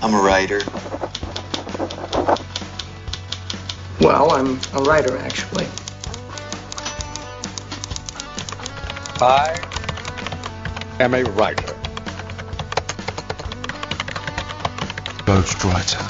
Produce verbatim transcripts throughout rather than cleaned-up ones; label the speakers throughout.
Speaker 1: I'm a writer.
Speaker 2: Well, I'm a writer, actually.
Speaker 3: I am a writer.
Speaker 4: Ghostwriter.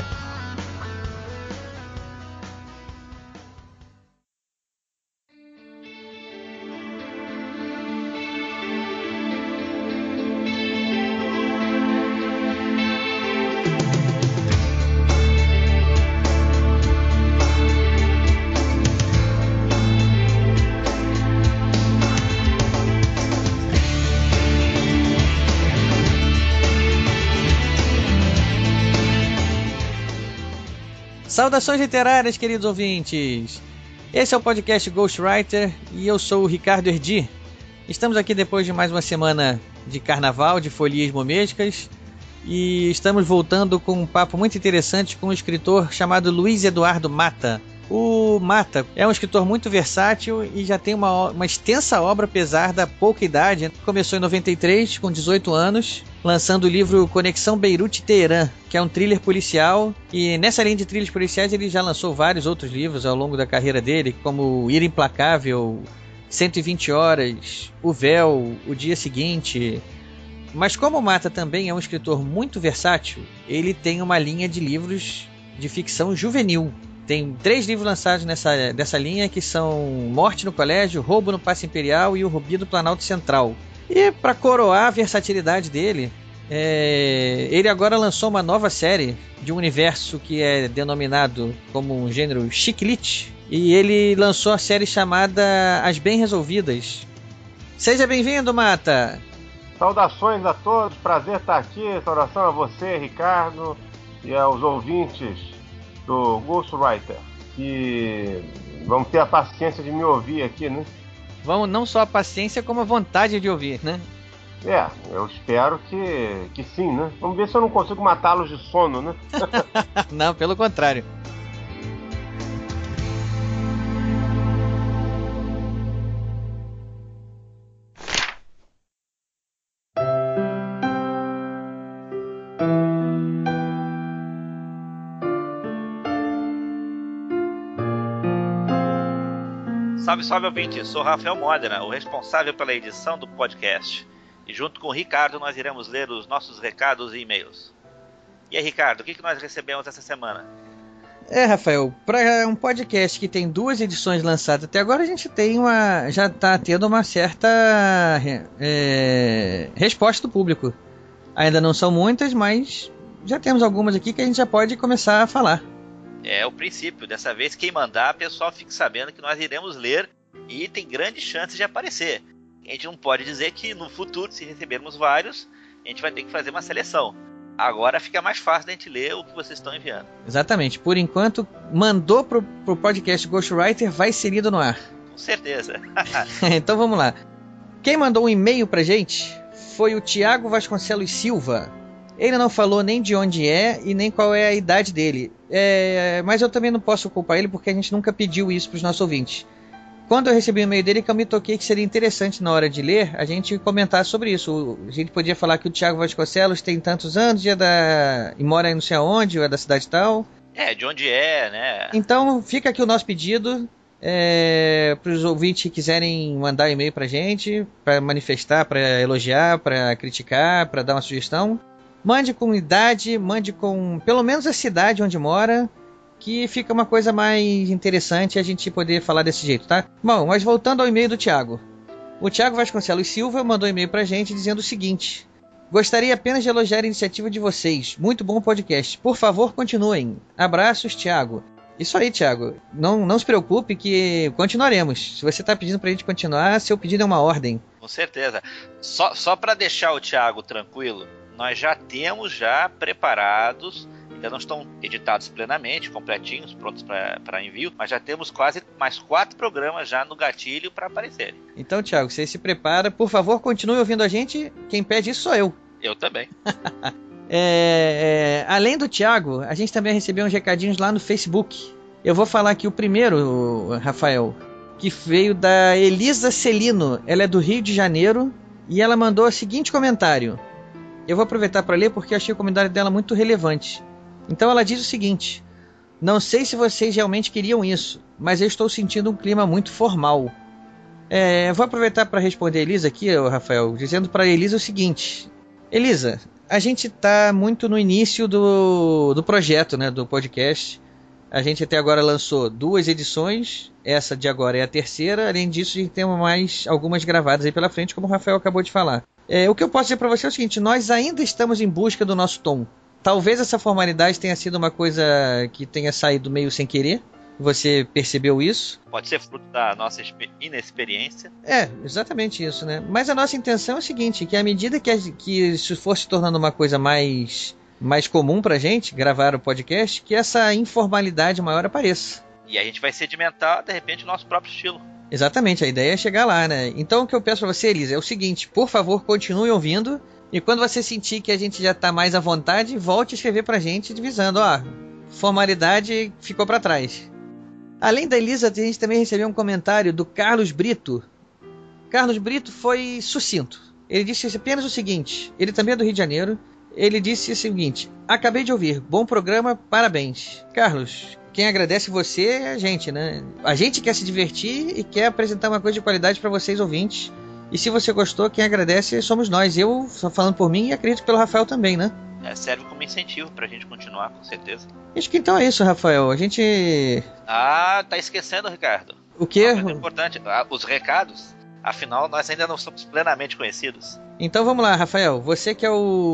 Speaker 5: Saudações literárias, queridos ouvintes! Esse é o podcast Ghostwriter e eu sou o Ricardo Erdi. Estamos aqui depois de mais uma semana de carnaval, de folias momescas, e estamos voltando com um papo muito interessante com um escritor chamado Luiz Eduardo Mata. O Mata é um escritor muito versátil e já tem uma, uma extensa obra, apesar da pouca idade. Começou em noventa e três, com dezoito anos, lançando o livro Conexão Beirute-Teherã, que é um thriller policial. E nessa linha de thrillers policiais ele já lançou vários outros livros ao longo da carreira dele, como Ira Implacável, cento e vinte horas, O Véu, O Dia Seguinte. Mas como o Mata também é um escritor muito versátil, ele tem uma linha de livros de ficção juvenil. Tem três livros lançados nessa, nessa linha, que são Morte no Colégio, Roubo no Paço Imperial e O Rubi do Planalto Central. E para coroar a versatilidade dele, é, ele agora lançou uma nova série de um universo que é denominado como um gênero chiclete. E ele lançou a série chamada As Bem Resolvidas. Seja bem-vindo, Mata!
Speaker 6: Saudações a todos, prazer estar aqui. Saudação a você, Ricardo, e aos ouvintes do Ghostwriter, que vão ter a paciência de me ouvir aqui, né?
Speaker 5: Vamos, não só a paciência, como a vontade de ouvir, né?
Speaker 6: É, eu espero que, que sim, né? Vamos ver se eu não consigo matá-los de sono, né?
Speaker 5: Não, pelo contrário.
Speaker 7: Salve, salve, ouvinte! Sou Rafael Modena, o responsável pela edição do podcast. E junto com o Ricardo nós iremos ler os nossos recados e e-mails. E aí, Ricardo, o que nós recebemos essa semana?
Speaker 5: É, Rafael, para um podcast que tem duas edições lançadas até agora, a gente tem uma, já está tendo uma certa é, resposta do público. Ainda não são muitas, mas já temos algumas aqui que a gente já pode começar a falar.
Speaker 7: É o princípio. Dessa vez, quem mandar, o pessoal fique sabendo que nós iremos ler e tem grandes chances de aparecer. A gente não pode dizer que no futuro, se recebermos vários, a gente vai ter que fazer uma seleção. Agora fica mais fácil da gente ler o que vocês estão enviando. Exatamente. Por enquanto, mandou pro, pro podcast Ghostwriter, vai ser lido no ar. Com certeza.
Speaker 5: Então vamos lá. Quem mandou um e-mail pra gente foi o Tiago Vasconcelos Silva. Ele não falou nem de onde é e nem qual é a idade dele. É, mas eu também não posso culpar ele porque a gente nunca pediu isso para os nossos ouvintes. Quando eu recebi o e-mail dele, que eu me toquei que seria interessante na hora de ler a gente comentar sobre isso. A gente podia falar que o Tiago Vasconcelos tem tantos anos, é da... e mora não sei aonde, ou é da cidade tal.
Speaker 7: É, de onde é, né?
Speaker 5: Então fica aqui o nosso pedido é, para os ouvintes que quiserem mandar e-mail para a gente, para manifestar, para elogiar, para criticar, para dar uma sugestão. Mande com idade, mande com pelo menos a cidade onde mora, que fica uma coisa mais interessante a gente poder falar desse jeito, tá? Bom, mas voltando ao e-mail do Thiago. O Thiago Vasconcelos Silva mandou um e-mail pra gente dizendo o seguinte: gostaria apenas de elogiar a iniciativa de vocês. Muito bom podcast. Por favor, continuem. Abraços, Thiago. Isso aí, Thiago. Não, não se preocupe que continuaremos. Se você tá pedindo pra gente continuar, seu pedido é uma ordem.
Speaker 7: Com certeza. Só, só pra deixar o Thiago tranquilo, nós já temos já preparados, ainda não estão editados plenamente, completinhos, prontos para envio, mas já temos quase mais quatro programas já no gatilho para aparecerem.
Speaker 5: Então, Thiago, você se prepara, por favor, continue ouvindo a gente, quem pede isso sou eu.
Speaker 7: Eu também.
Speaker 5: é, é, além do Thiago, a gente também recebeu uns recadinhos lá no Facebook. Eu vou falar aqui o primeiro, Rafael, que veio da Elisa Celino, ela é do Rio de Janeiro, e ela mandou o seguinte comentário: Eu vou aproveitar para ler porque achei o comentário dela muito relevante. Então ela diz o seguinte: não sei se vocês realmente queriam isso, mas eu estou sentindo um clima muito formal. É, vou aproveitar para responder a Elisa aqui, Rafael, dizendo para a Elisa o seguinte: Elisa, a gente está muito no início do, do projeto, né, do podcast. A gente até agora lançou duas edições, essa de agora é a terceira. Além disso, a gente tem mais algumas gravadas aí pela frente, como o Rafael acabou de falar. É, o que eu posso dizer para você é o seguinte: nós ainda estamos em busca do nosso tom. Talvez essa formalidade tenha sido uma coisa que tenha saído meio sem querer. Você percebeu isso?
Speaker 7: Pode ser fruto da nossa inexperiência.
Speaker 5: É, exatamente isso, né? Mas a nossa intenção é o seguinte, que à medida que, a, que isso for se tornando uma coisa mais, mais comum pra gente, gravar o podcast, que essa informalidade maior apareça.
Speaker 7: E a gente vai sedimentar, de repente, o nosso próprio estilo.
Speaker 5: Exatamente, a ideia é chegar lá, né? Então o que eu peço pra você, Elisa, é o seguinte: por favor, continue ouvindo, e quando você sentir que a gente já tá mais à vontade, volte a escrever pra gente, avisando, ó, formalidade ficou pra trás. Além da Elisa, a gente também recebeu um comentário do Carlos Brito. Carlos Brito foi sucinto. Ele disse apenas o seguinte, ele também é do Rio de Janeiro, ele disse o seguinte: acabei de ouvir, bom programa, parabéns. Carlos, quem agradece você é a gente, né? A gente quer se divertir e quer apresentar uma coisa de qualidade para vocês ouvintes. E se você gostou, quem agradece somos nós. Eu, só falando por mim, e acredito que pelo Rafael também, né?
Speaker 7: É, serve como incentivo pra gente continuar, com certeza.
Speaker 5: Acho que então é isso, Rafael. A gente...
Speaker 7: Ah, tá esquecendo, Ricardo.
Speaker 5: O quê?
Speaker 7: Uma coisa importante, os recados. Afinal, nós ainda não somos plenamente conhecidos.
Speaker 5: Então vamos lá, Rafael. Você que é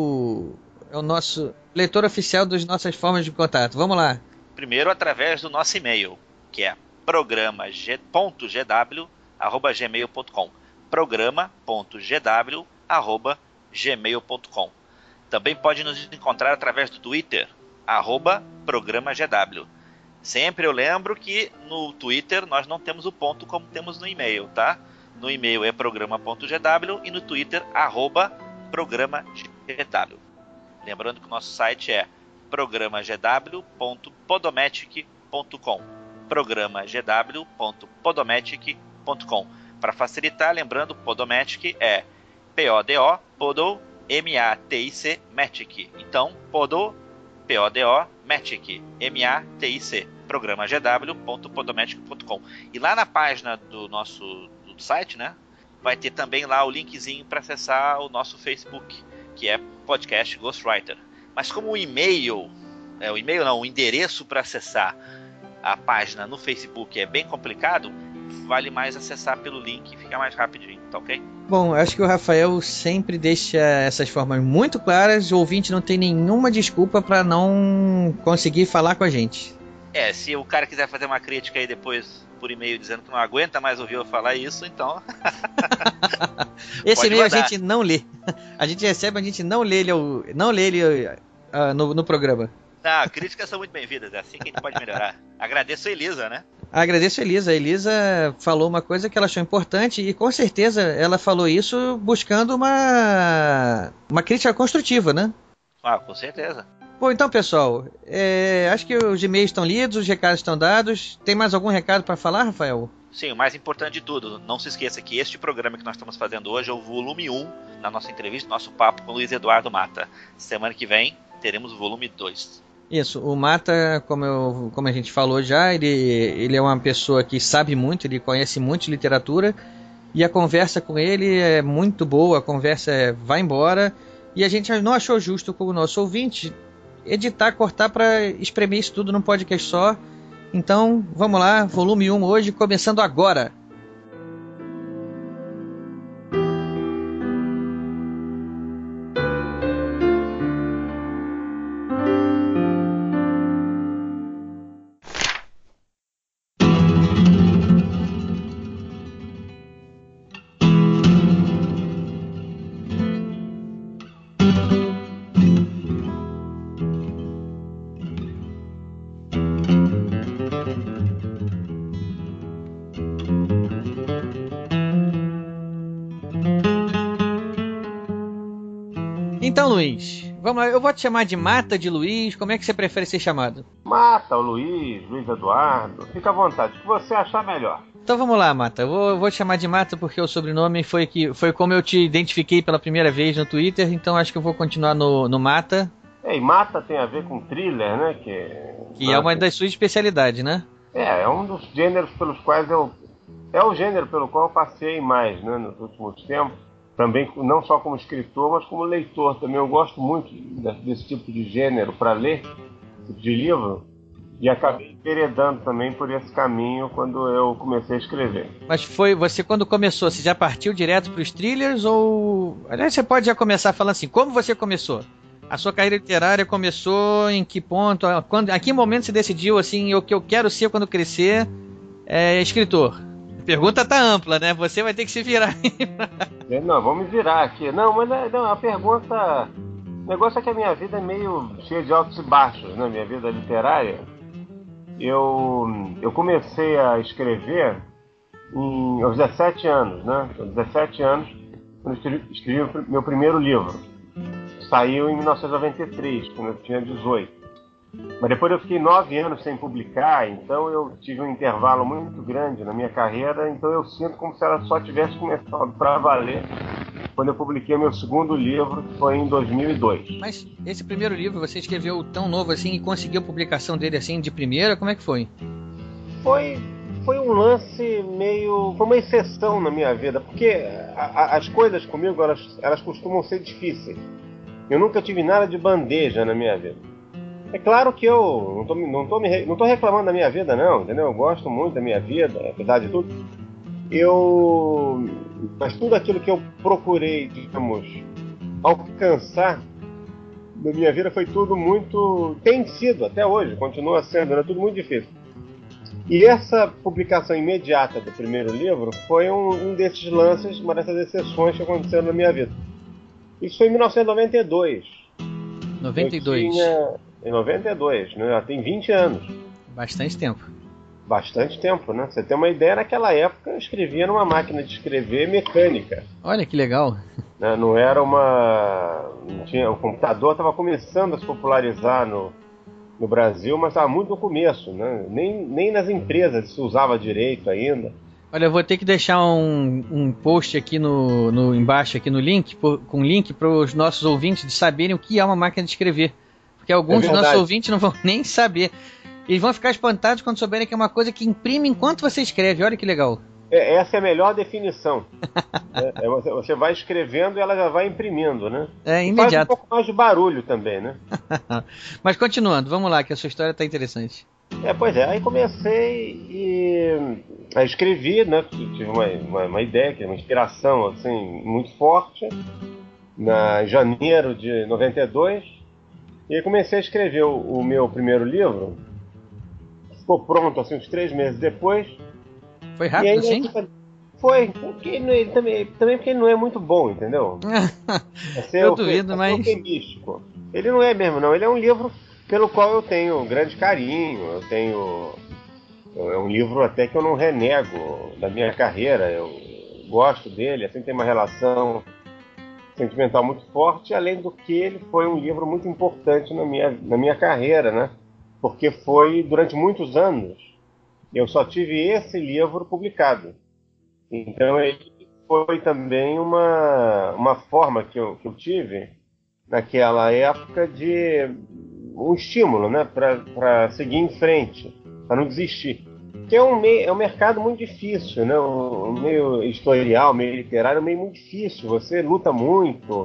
Speaker 5: o, é o nosso leitor oficial das nossas formas de contato. Vamos lá.
Speaker 7: Primeiro, através do nosso e-mail, que é programa ponto g w arroba gmail ponto com. programa ponto g w arroba gmail ponto com. Também pode nos encontrar através do Twitter, arroba programa G W. Sempre eu lembro que no Twitter nós não temos o ponto como temos no e-mail, tá? No e-mail é programa ponto g w e no Twitter, arroba programa G W. Lembrando que o nosso site é programa g w ponto podomatic ponto com. programa g w ponto podomatic ponto com. Para facilitar, lembrando, Podomatic é P O D O, Podo, M A T I C, Matic. Então, Podo, P O D O, Matic, M A T I C, programa g w ponto podomatic ponto com. E lá na página do nosso do site, né, vai ter também lá o linkzinho para acessar o nosso Facebook, que é Podcast Ghostwriter. Mas como o e-mail, é, o e-mail não, o endereço para acessar a página no Facebook é bem complicado, vale mais acessar pelo link e ficar mais rapidinho, tá ok?
Speaker 5: Bom, acho que o Rafael sempre deixa essas formas muito claras. O ouvinte não tem nenhuma desculpa para não conseguir falar com a gente.
Speaker 7: É, se o cara quiser fazer uma crítica aí depois por e-mail dizendo que não aguenta mais ouvir eu falar isso, então...
Speaker 5: Esse e-mail
Speaker 7: mandar.
Speaker 5: A gente não lê. A gente recebe, a gente não lê ele, não lê ele uh, no, no programa.
Speaker 7: Ah, críticas são muito bem-vindas, é assim que a gente pode melhorar. Agradeço a Elisa, né?
Speaker 5: Agradeço a Elisa. A Elisa falou uma coisa que ela achou importante e com certeza ela falou isso buscando uma, uma crítica construtiva, né?
Speaker 7: Ah, com certeza.
Speaker 5: Bom, então, pessoal, é, acho que os e-mails estão lidos, os recados estão dados. Tem mais algum recado para falar, Rafael?
Speaker 7: Sim, o mais importante de tudo, não se esqueça que este programa que nós estamos fazendo hoje é o volume um na nossa entrevista, nosso papo com o Luiz Eduardo Mata. Semana que vem teremos o volume dois.
Speaker 5: Isso, o Mata, como, eu, como a gente falou já, ele, ele é uma pessoa que sabe muito, ele conhece muito de literatura, e a conversa com ele é muito boa, a conversa é, vai embora, e a gente não achou justo com o nosso ouvinte editar, cortar para espremer isso tudo num podcast só. Então, vamos lá, volume um hoje, começando agora. Então, Luiz, Vamos lá, eu vou te chamar de Mata, de Luiz, como é que você prefere ser chamado?
Speaker 6: Mata, o Luiz, Luiz Eduardo, fica à vontade, o que você achar melhor.
Speaker 5: Então vamos lá, Mata, eu vou, eu vou te chamar de Mata porque o sobrenome foi, que, foi como eu te identifiquei pela primeira vez no Twitter, então acho que eu vou continuar no, no Mata.
Speaker 6: É, e Mata tem a ver com thriller, né? Que,
Speaker 5: que é uma das suas especialidades, né?
Speaker 6: É, é um dos gêneros pelos quais eu... É o gênero pelo qual eu passei mais, né, nos últimos tempos. Também, não só como escritor, mas como leitor também. Eu gosto muito desse tipo de gênero para ler, esse tipo de livro. E acabei enveredando também por esse caminho quando eu comecei a escrever.
Speaker 5: Mas foi você, quando começou, você já partiu direto para os thrillers ou... Aliás, você pode já começar falando assim, como você começou? A sua carreira literária começou em que ponto? Quando, a que momento você decidiu, assim, o que eu quero ser quando crescer é escritor? A pergunta tá ampla, né? Você vai ter que se virar.
Speaker 6: Não, vamos virar aqui. Não, mas não, a pergunta... O negócio é que a minha vida é meio cheia de altos e baixos, né? Minha vida literária. Eu, eu comecei a escrever em, aos dezessete anos, né? Aos dezessete anos, quando eu escrevi, escrevi o meu primeiro livro. Saiu em mil novecentos e noventa e três, quando eu tinha dezoito. Mas depois eu fiquei nove anos sem publicar, então eu tive um intervalo muito grande na minha carreira, então eu sinto como se ela só tivesse começado para valer quando eu publiquei meu segundo livro, que foi em dois mil e dois.
Speaker 5: Mas esse primeiro livro você escreveu tão novo assim e conseguiu a publicação dele assim de primeira? Como é que foi?
Speaker 6: Foi, foi um lance meio... Foi uma exceção na minha vida, porque a, a, as coisas comigo, elas, elas costumam ser difíceis. Eu nunca tive nada de bandeja na minha vida. É claro que eu não tô, não tô, me, não tô reclamando da minha vida, não, entendeu? Eu gosto muito da minha vida, apesar de tudo. Eu... Mas tudo aquilo que eu procurei, digamos, alcançar na minha vida foi tudo muito... Tem sido, até hoje, continua sendo, era tudo muito difícil. E essa publicação imediata do primeiro livro foi um, um desses lances, uma dessas exceções que aconteceram na minha vida. Isso foi em mil novecentos e noventa e dois.
Speaker 5: noventa e dois.
Speaker 6: Eu tinha... Em noventa e dois, né? Já tem vinte anos.
Speaker 5: Bastante tempo.
Speaker 6: Bastante tempo, né? Você tem uma ideia, naquela época eu escrevia numa máquina de escrever mecânica.
Speaker 5: Olha que legal.
Speaker 6: Né? Não era uma... Não tinha... O computador estava começando a se popularizar no, no Brasil, mas estava muito no começo, né? Nem, nem nas empresas se usava direito ainda.
Speaker 5: Olha, eu vou ter que deixar um, um post aqui no, no embaixo, aqui no link, por, com link para os nossos ouvintes de saberem o que é uma máquina de escrever. Porque alguns
Speaker 6: é
Speaker 5: dos nossos ouvintes não vão nem saber. Eles vão ficar espantados quando souberem que é uma coisa que imprime enquanto você escreve. Olha que legal.
Speaker 6: É, essa é a melhor definição. é, é você, você vai escrevendo e ela já vai imprimindo, né?
Speaker 5: É
Speaker 6: e
Speaker 5: imediato.
Speaker 6: faz um pouco mais de barulho também, né?
Speaker 5: Mas continuando, vamos lá, que a sua história está interessante.
Speaker 6: É, pois é. Aí comecei e aí escrevi, né? Tive uma, uma, uma ideia, uma inspiração assim, muito forte. Na, em janeiro de noventa e dois. E aí comecei a escrever o, o meu primeiro livro. Ficou pronto assim uns três meses depois.
Speaker 5: Foi rápido assim?
Speaker 6: Foi, porque ele, ele também, também porque ele não é muito bom, entendeu?
Speaker 5: eu, eu duvido, mas...
Speaker 6: Místico. Ele não é mesmo, não. Ele é um livro pelo qual eu tenho grande carinho. Eu tenho... É um livro até que eu não renego da minha carreira. Eu gosto dele, assim, tem uma relação sentimental muito forte, além do que ele foi um livro muito importante na minha, na minha carreira, né? Porque foi, durante muitos anos, eu só tive esse livro publicado. Então ele foi também uma, uma forma que eu, que eu tive, naquela época, de um estímulo, né? Para seguir em frente, para não desistir. Que é um, meio, é um mercado muito difícil, né? Um meio editorial, meio literário, é um meio muito difícil. Você luta muito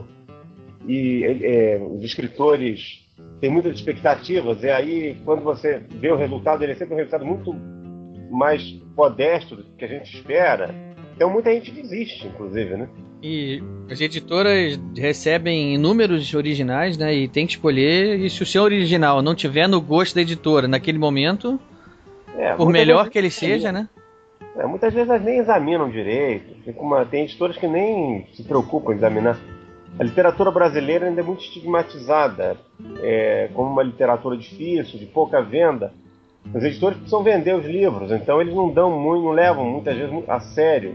Speaker 6: e é, os escritores têm muitas expectativas, e aí quando você vê o resultado, ele é sempre um resultado muito mais modesto do que a gente espera. Então muita gente desiste, inclusive, né?
Speaker 5: E as editoras recebem inúmeros originais, né? E tem que escolher, e se o seu original não tiver no gosto da editora naquele momento... É, por melhor que ele seja, né?
Speaker 6: É, muitas vezes elas nem examinam direito. Uma, tem editoras que nem se preocupam em examinar. A literatura brasileira ainda é muito estigmatizada, é, como uma literatura difícil, de pouca venda. Os editores precisam vender os livros, então eles não dão muito, não levam muitas vezes a sério.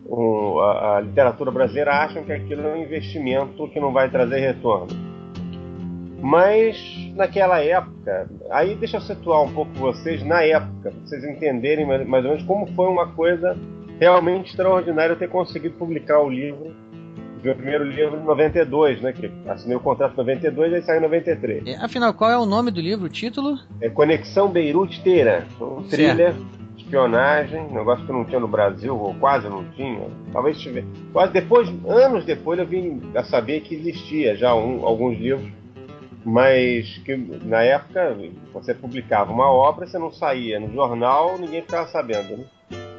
Speaker 6: O, a, a literatura brasileira acham que aquilo é um investimento que não vai trazer retorno. Mas naquela época, aí deixa eu situar um pouco vocês na época, para vocês entenderem mais, mais ou menos como foi uma coisa realmente extraordinária eu ter conseguido publicar o livro, meu primeiro livro em noventa e dois, né? Que assinei o contrato em noventa e dois e aí saiu em noventa e três.
Speaker 5: É, afinal, qual é o nome do livro, o título?
Speaker 6: É Conexão Beirute-Teherã, um thriller, espionagem, negócio que não tinha no Brasil, ou quase não tinha, talvez tivesse. Quase depois, anos depois, eu vim a saber que existia já um, alguns livros, mas que na época você publicava uma obra, você não saía no jornal, ninguém ficava sabendo, né?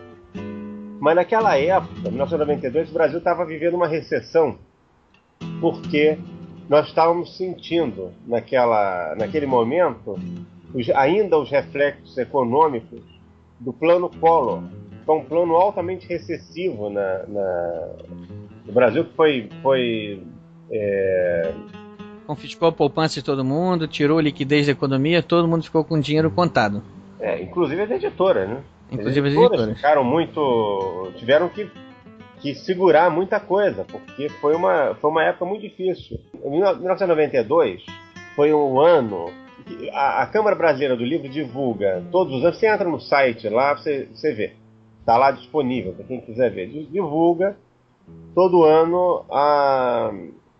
Speaker 6: Mas naquela época, em mil novecentos e noventa e dois, o Brasil estava vivendo uma recessão, porque nós estávamos sentindo, naquela, naquele momento, os, ainda os reflexos econômicos do plano Collor, que é um plano altamente recessivo na, na, no Brasil, que foi... foi é...
Speaker 5: confiscou a poupança de todo mundo, tirou a liquidez da economia, todo mundo ficou com dinheiro contado. É,
Speaker 6: inclusive as editoras, né?
Speaker 5: Inclusive
Speaker 6: as editoras, as editoras ficaram muito... tiveram que, que segurar muita coisa, porque foi uma, foi uma época muito difícil. Em mil novecentos e noventa e dois foi um ano... que a, a Câmara Brasileira do Livro divulga todos os anos. Você entra no site lá, você, você vê. Está lá disponível para quem quiser ver. Divulga todo ano a,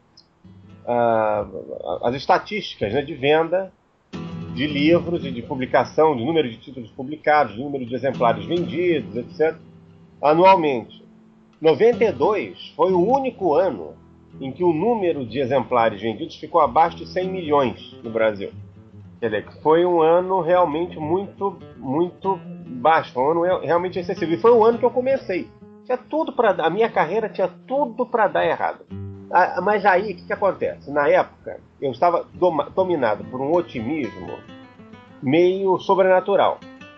Speaker 6: a, as estatísticas, né, de venda de livros e de publicação, de número de títulos publicados, de número de exemplares vendidos, etcétera, anualmente. noventa e dois foi o único ano em que o número de exemplares vendidos ficou abaixo de cem milhões no Brasil. Quer dizer, foi um ano realmente muito, muito baixo, foi um ano realmente excessivo. E foi o ano que eu comecei. Tinha tudo para a minha carreira tinha tudo para dar errado. Mas aí, o que, que acontece? Na época, eu estava dominado por um otimismo meio sobrenatural.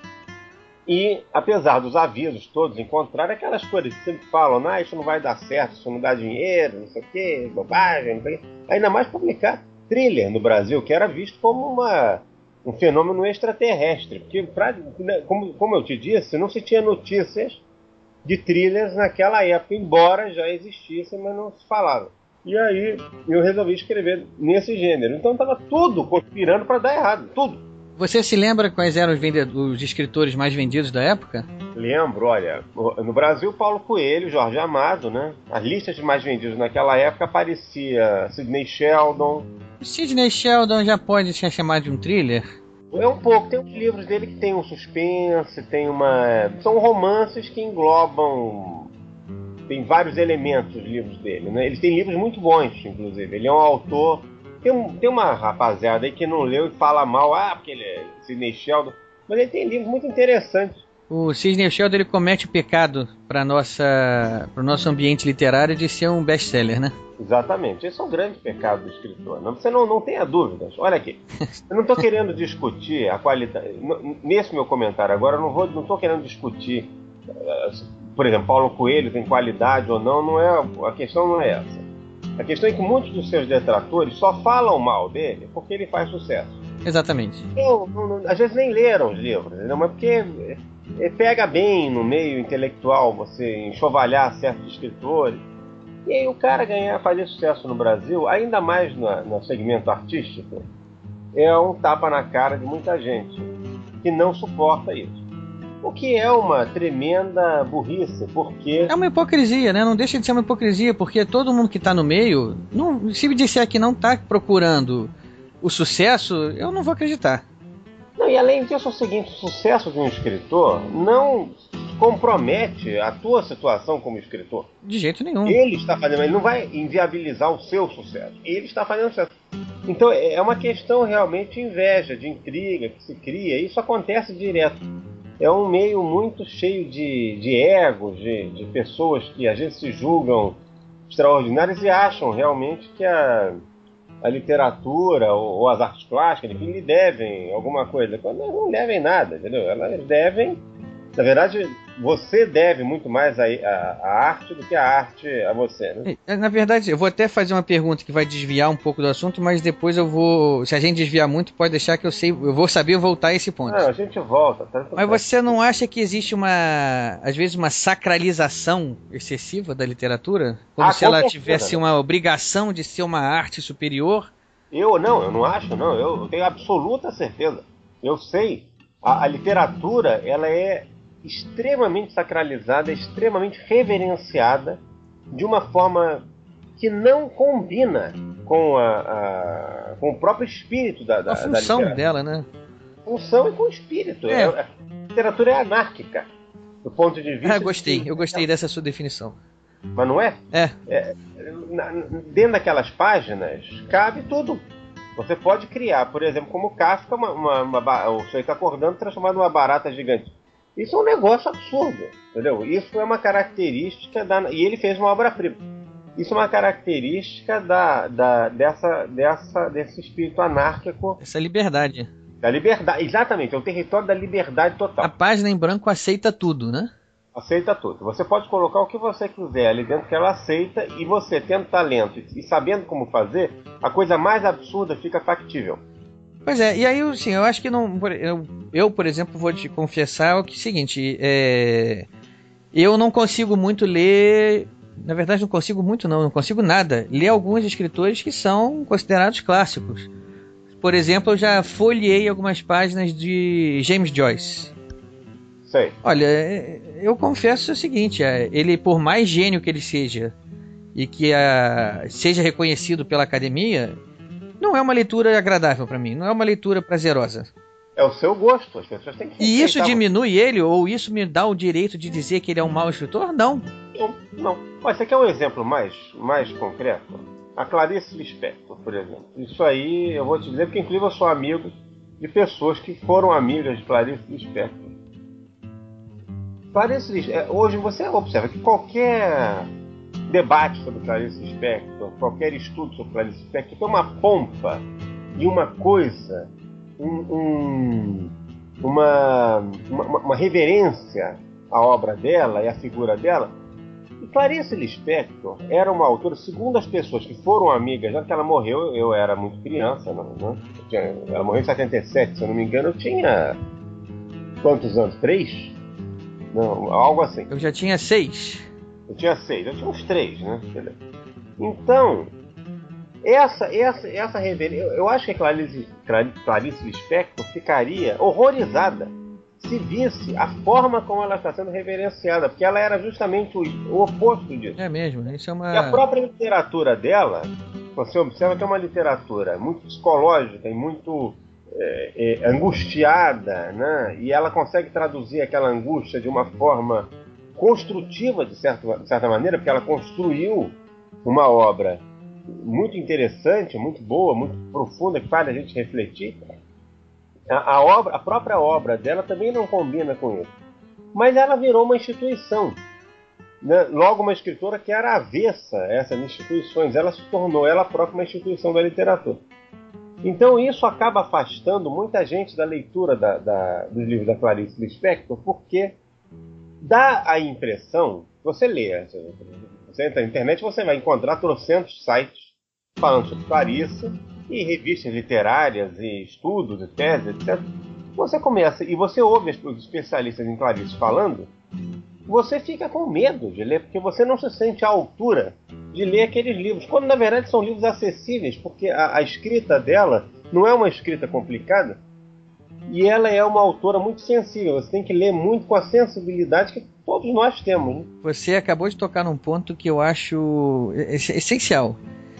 Speaker 6: E, apesar dos avisos todos em contrário, aquelas coisas que sempre falam, ah, isso não vai dar certo, isso não dá dinheiro, não sei o quê, bobagem, não sei o quê. Ainda mais publicar thriller no Brasil, que era visto como uma, um fenômeno extraterrestre. Porque, pra, como, como eu te disse, não se tinha notícias de thrillers naquela época, embora já existissem, mas não se falava. E aí eu resolvi escrever nesse gênero. Então estava tudo conspirando para dar errado, tudo.
Speaker 5: Você se lembra quais eram os, vendedores, os escritores mais vendidos da época?
Speaker 6: Lembro, olha, no Brasil, Paulo Coelho, Jorge Amado, né? As listas de mais vendidos naquela época aparecia Sidney Sheldon.
Speaker 5: Sidney Sheldon já pode ser chamado de um thriller?
Speaker 6: É um pouco, tem uns livros dele que tem um suspense, tem uma... são romances que englobam... tem vários elementos os livros dele, né? Ele tem livros muito bons, inclusive. Ele é um autor... Tem, um, tem uma rapaziada aí que não leu e fala mal, ah, porque ele é Sidney Sheldon, mas ele tem livros muito interessantes.
Speaker 5: O Sidney Sheldon, ele comete o pecado para nossa, para o nosso ambiente literário de ser um best-seller, né?
Speaker 6: Exatamente. Esse é um grande pecado do escritor. Não, você não, não tenha dúvidas. Olha aqui. Eu não estou querendo discutir a qualidade... Nesse meu comentário agora, eu não vou, não estou querendo discutir... Por exemplo, Paulo Coelho tem qualidade ou não. Não é, a questão não é essa. A questão é que muitos dos seus detratores só falam mal dele porque ele faz sucesso.
Speaker 5: Exatamente.
Speaker 6: Eu, não, não, às vezes nem leram os livros, entendeu? Mas porque pega bem no meio intelectual você enxovalhar certos escritores. E aí o cara ganhar, fazer sucesso no Brasil, ainda mais no, no segmento artístico, é um tapa na cara de muita gente que não suporta isso. O que é uma tremenda burrice, porque...
Speaker 5: É uma hipocrisia, né? Não deixa de ser uma hipocrisia, porque todo mundo que está no meio, não, se me disser que não está procurando o sucesso, eu não vou acreditar.
Speaker 6: Não, e além disso, é o seguinte, o sucesso de um escritor não compromete a tua situação como escritor.
Speaker 5: De jeito nenhum.
Speaker 6: Ele está fazendo, ele não vai inviabilizar o seu sucesso. Ele está fazendo sucesso. Então é uma questão realmente de inveja, de intriga que se cria. Isso acontece direto. É um meio muito cheio de, de egos, de, de pessoas que às vezes se julgam extraordinárias e acham realmente que a, a literatura ou, ou as artes plásticas, enfim, lhe devem alguma coisa. Quando elas não devem nada, entendeu? Elas devem... Na verdade, você deve muito mais a, a, a arte do que a arte a você, né?
Speaker 5: Na verdade, eu vou até fazer uma pergunta que vai desviar um pouco do assunto, mas depois eu vou... Se a gente desviar muito, pode deixar que eu sei... Eu vou saber voltar a esse ponto.
Speaker 6: Não, a gente volta. Tá,
Speaker 5: mas você não acha que existe uma... Às vezes uma sacralização excessiva da literatura? Como ah, se ela tivesse, né, uma obrigação de ser uma arte superior?
Speaker 6: Eu não, eu não acho, não. Eu, eu tenho absoluta certeza. Eu sei. A, a literatura, ela é extremamente sacralizada, extremamente reverenciada, de uma forma que não combina com, a, a, com o próprio espírito da, da,
Speaker 5: A função
Speaker 6: da literatura.
Speaker 5: dela, né?
Speaker 6: Função e com o espírito.
Speaker 5: É.
Speaker 6: É, a literatura é anárquica, do ponto de vista...
Speaker 5: Ah, gostei.
Speaker 6: de...
Speaker 5: Eu gostei dessa sua definição.
Speaker 6: Mas não é?
Speaker 5: É.
Speaker 6: é na, dentro daquelas páginas, cabe tudo. Você pode criar, por exemplo, como Kafka, uma, uma, uma, o sujeito acordando transformado numa barata gigante. Isso é um negócio absurdo, entendeu? Isso é uma característica da... E ele fez uma obra-prima. Isso é uma característica da, da, dessa, dessa, desse espírito anárquico.
Speaker 5: Essa liberdade.
Speaker 6: Da liberdade, exatamente, é o território da liberdade total.
Speaker 5: A página em branco aceita tudo, né?
Speaker 6: Aceita tudo. Você pode colocar o que você quiser ali dentro que ela aceita, e você, tendo talento e sabendo como fazer, a coisa mais absurda fica factível.
Speaker 5: Pois é, e aí, assim, eu acho que não... Eu, eu por exemplo, vou te confessar o que é o seguinte, é, eu não consigo muito ler... Na verdade, não consigo muito não, não consigo nada. Ler alguns escritores que são considerados clássicos. Por exemplo, eu já folheei algumas páginas de James Joyce.
Speaker 6: Sei.
Speaker 5: Olha, eu confesso o seguinte, ele, por mais gênio que ele seja, e que a, seja reconhecido pela academia, não é uma leitura agradável para mim, não é uma leitura prazerosa.
Speaker 6: É o seu gosto, as pessoas têm que...
Speaker 5: E isso diminui ele, ou isso me dá o direito de dizer que ele é um mau escritor? Não.
Speaker 6: Não, não. Mas você quer um exemplo mais, mais concreto? A Clarice Lispector, por exemplo. Isso aí eu vou te dizer, porque inclusive eu sou amigo de pessoas que foram amigas de Clarice Lispector. Clarice Lispector, hoje você observa que qualquer debate sobre Clarice Lispector, qualquer estudo sobre Clarice Lispector, tem uma pompa e uma coisa, um, um, uma, uma, uma reverência à obra dela e à figura dela. E Clarice Lispector era uma autora, segundo as pessoas que foram amigas, já que ela morreu, eu era muito criança, não, não? Eu tinha, ela morreu em setenta e sete, se eu não me engano, eu tinha quantos anos? Três? Não, algo assim.
Speaker 5: Eu já tinha seis.
Speaker 6: Eu tinha seis, eu tinha uns três, né? Então, essa, essa, essa reverência, eu, eu acho que a Clarice, Clarice Lispector ficaria horrorizada se visse a forma como ela está sendo reverenciada, porque ela era justamente o, o oposto disso.
Speaker 5: É mesmo, isso é uma...
Speaker 6: E a própria literatura dela, você observa que é uma literatura muito psicológica e muito é, é, angustiada, né? E ela consegue traduzir aquela angústia de uma forma construtiva, de, certo, de certa maneira, porque ela construiu uma obra muito interessante, muito boa, muito profunda, que faz a gente refletir. A, a, obra, a própria obra dela também não combina com isso. Mas ela virou uma instituição. Né? Logo, uma escritora que era avessa a essas instituições. Ela se tornou ela própria uma instituição da literatura. Então isso acaba afastando muita gente da leitura da, da, dos livros da Clarice Lispector, porque dá a impressão, você lê, você entra na internet, você vai encontrar trocentos sites falando sobre Clarice, e revistas literárias, e estudos, e teses, etcétera. Você começa, e você ouve os especialistas em Clarice falando, você fica com medo de ler, porque você não se sente à altura de ler aqueles livros, quando na verdade são livros acessíveis, porque a, a escrita dela não é uma escrita complicada, e ela é uma autora muito sensível. Você tem que ler muito com a sensibilidade que todos nós temos. Né?
Speaker 5: Você acabou de tocar num ponto que eu acho essencial.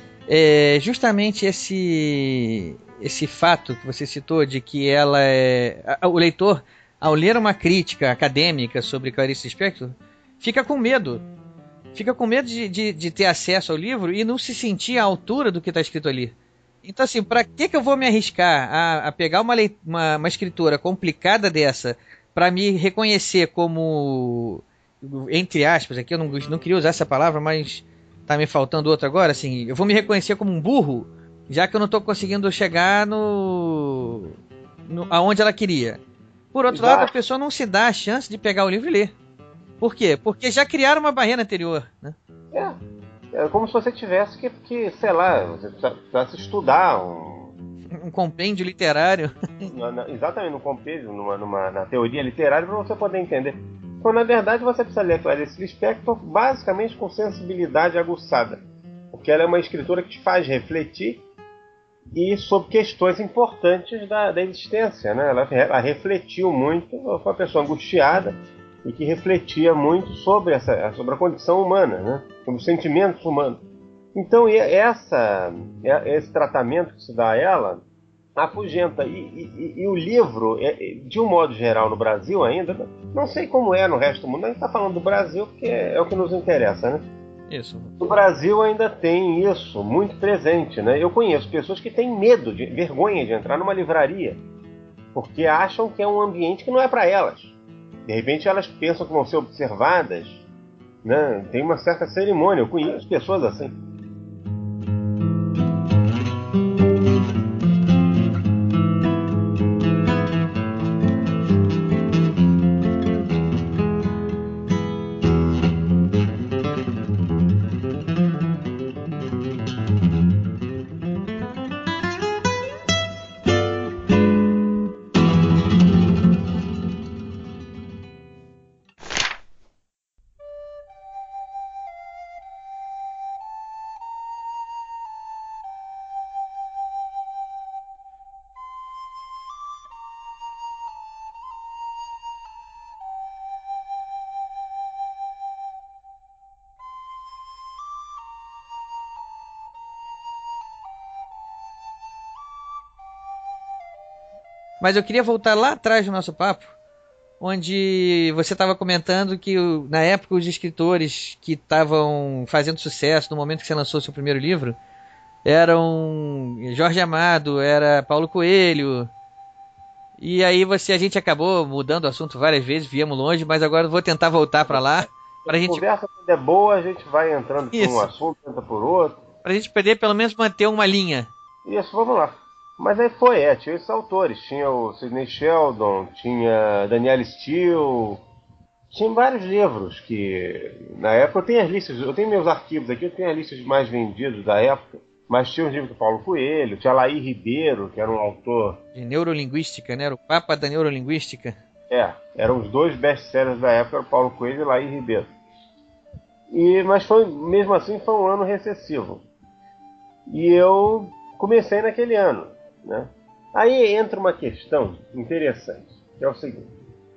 Speaker 5: É justamente esse, esse fato que você citou de que ela é... O leitor, ao ler uma crítica acadêmica sobre Clarice Lispector, fica com medo. Fica com medo de, de, de ter acesso ao livro e não se sentir à altura do que está escrito ali. Então, assim, para que, que eu vou me arriscar a, a pegar uma, uma, uma escritora complicada dessa para me reconhecer como, entre aspas, aqui eu não, não queria usar essa palavra, mas tá me faltando outra agora, assim, eu vou me reconhecer como um burro, já que eu não estou conseguindo chegar no, no aonde ela queria. Por outro Exato. lado, a pessoa não se dá a chance de pegar o livro e ler. Por quê? Porque já criaram uma barreira anterior, né?
Speaker 6: É. É como se você tivesse que, que sei lá, você precisasse estudar um...
Speaker 5: um compêndio literário.
Speaker 6: Na, na, exatamente, um compêndio, numa, numa, na teoria literária, para você poder entender. Quando, na verdade, você precisa ler Clarice Lispector basicamente com sensibilidade aguçada. Porque ela é uma escritora que te faz refletir e sobre questões importantes da, da existência, né? Ela, ela refletiu muito, foi uma pessoa angustiada e que refletia muito sobre, essa, sobre a condição humana, né? Sobre os sentimentos humanos. Então, essa, esse tratamento que se dá a ela afugenta. E, e, e o livro, de um modo geral, no Brasil ainda, não sei como é no resto do mundo, a gente está falando do Brasil porque é o que nos interessa, né?
Speaker 5: Isso.
Speaker 6: No Brasil ainda tem isso muito presente, né? Eu conheço pessoas que têm medo, de, vergonha de entrar numa livraria, porque acham que é um ambiente que não é para elas. De repente elas pensam que vão ser observadas, né? Tem uma certa cerimônia, eu conheço pessoas assim.
Speaker 5: Mas eu queria voltar lá atrás do nosso papo, onde você estava comentando que na época os escritores que estavam fazendo sucesso no momento que você lançou seu primeiro livro eram Jorge Amado, era Paulo Coelho. E aí você, a gente acabou mudando o assunto várias vezes, viemos longe, mas agora eu vou tentar voltar para lá. Pra
Speaker 6: a
Speaker 5: gente...
Speaker 6: conversa quando é boa, a gente vai entrando por
Speaker 5: Isso.
Speaker 6: um assunto, entra por outro.
Speaker 5: Pra gente poder pelo menos manter uma linha.
Speaker 6: Isso, vamos lá. Mas aí foi, é, tinha esses autores, tinha o Sidney Sheldon, tinha Danielle Steele, tinha vários livros que, na época, eu tenho as listas, eu tenho meus arquivos aqui, eu tenho as listas mais vendidos da época, mas tinha os livros do Paulo Coelho, tinha Laí Ribeiro, que era um autor...
Speaker 5: De neurolinguística, né? Era o Papa da neurolinguística.
Speaker 6: É, eram os dois best-sellers da época, era o Paulo Coelho e Laí Ribeiro. E, mas foi, mesmo assim, foi um ano recessivo. E eu comecei naquele ano. Né? Aí entra uma questão interessante, que é o seguinte: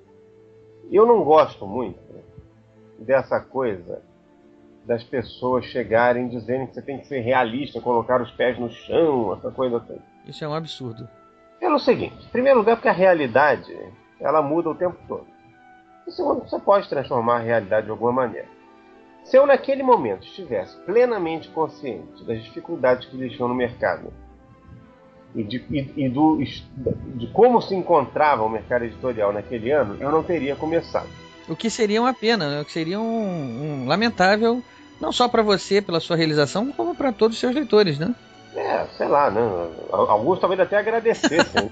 Speaker 6: eu não gosto muito dessa coisa das pessoas chegarem dizendo que você tem que ser realista, colocar os pés no chão, essa coisa assim.
Speaker 5: Isso é um absurdo.
Speaker 6: Pelo seguinte, em primeiro lugar, porque a realidade ela muda o tempo todo. Em segundo, você pode transformar a realidade de alguma maneira. Se eu naquele momento estivesse plenamente consciente das dificuldades que existiam no mercado e, de, e, e do, de como se encontrava o mercado editorial naquele ano, eu não teria começado.
Speaker 5: O que seria uma pena, né? O que seria um, um lamentável, não só para você, pela sua realização, como para todos os seus leitores, né?
Speaker 6: É, sei lá, né? Alguns talvez até agradecessem.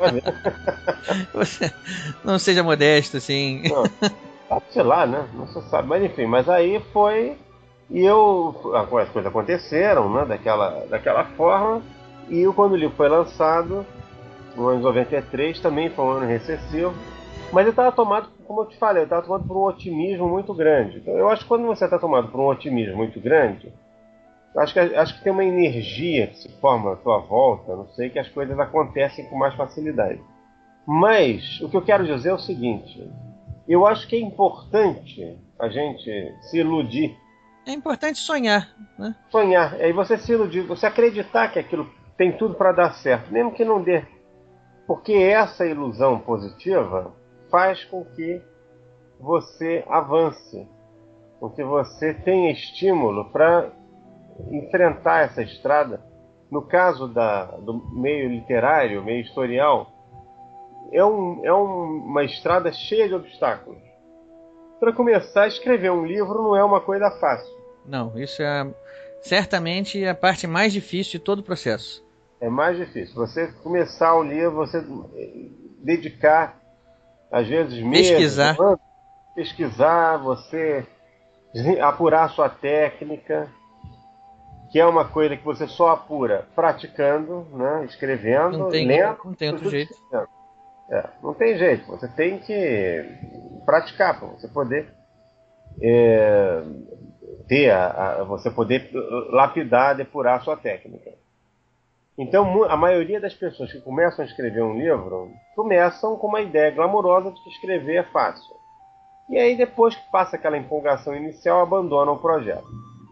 Speaker 5: Você não seja modesto, assim.
Speaker 6: Não, sei lá, né? Não se sabe. Mas enfim, mas aí foi... E eu... As coisas aconteceram, né? Daquela, daquela forma... E quando o livro foi lançado, no ano de noventa e três, também foi um ano recessivo, mas eu estava tomado, como eu te falei, eu estava tomado por um otimismo muito grande. Então, eu acho que quando você está tomado por um otimismo muito grande, acho que, acho que tem uma energia que se forma à sua volta, não sei, que as coisas acontecem com mais facilidade. Mas o que eu quero dizer é o seguinte: eu acho que é importante a gente se iludir.
Speaker 5: É importante sonhar, né?
Speaker 6: Sonhar, aí você se iludir, você acreditar que aquilo tem tudo para dar certo, mesmo que não dê. Porque essa ilusão positiva faz com que você avance, com que você tenha estímulo para enfrentar essa estrada. No caso da, do meio literário, meio historial, é, um, é um, uma estrada cheia de obstáculos. Para começar, a escrever um livro não é uma coisa fácil.
Speaker 5: Não, isso é certamente a parte mais difícil de todo o processo.
Speaker 6: É mais difícil. Você começar o livro, você dedicar, às vezes, meses,
Speaker 5: pesquisar,
Speaker 6: anos, pesquisar, você apurar a sua técnica, que é uma coisa que você só apura praticando, né, escrevendo,
Speaker 5: não tem,
Speaker 6: lendo.
Speaker 5: Não tem outro jeito.
Speaker 6: É, não tem jeito. Você tem que praticar para você poder é, ter a, a, você poder lapidar, depurar a sua técnica. Então, a maioria das pessoas que começam a escrever um livro começam com uma ideia glamourosa de que escrever é fácil. E aí, depois que passa aquela empolgação inicial, abandonam o projeto.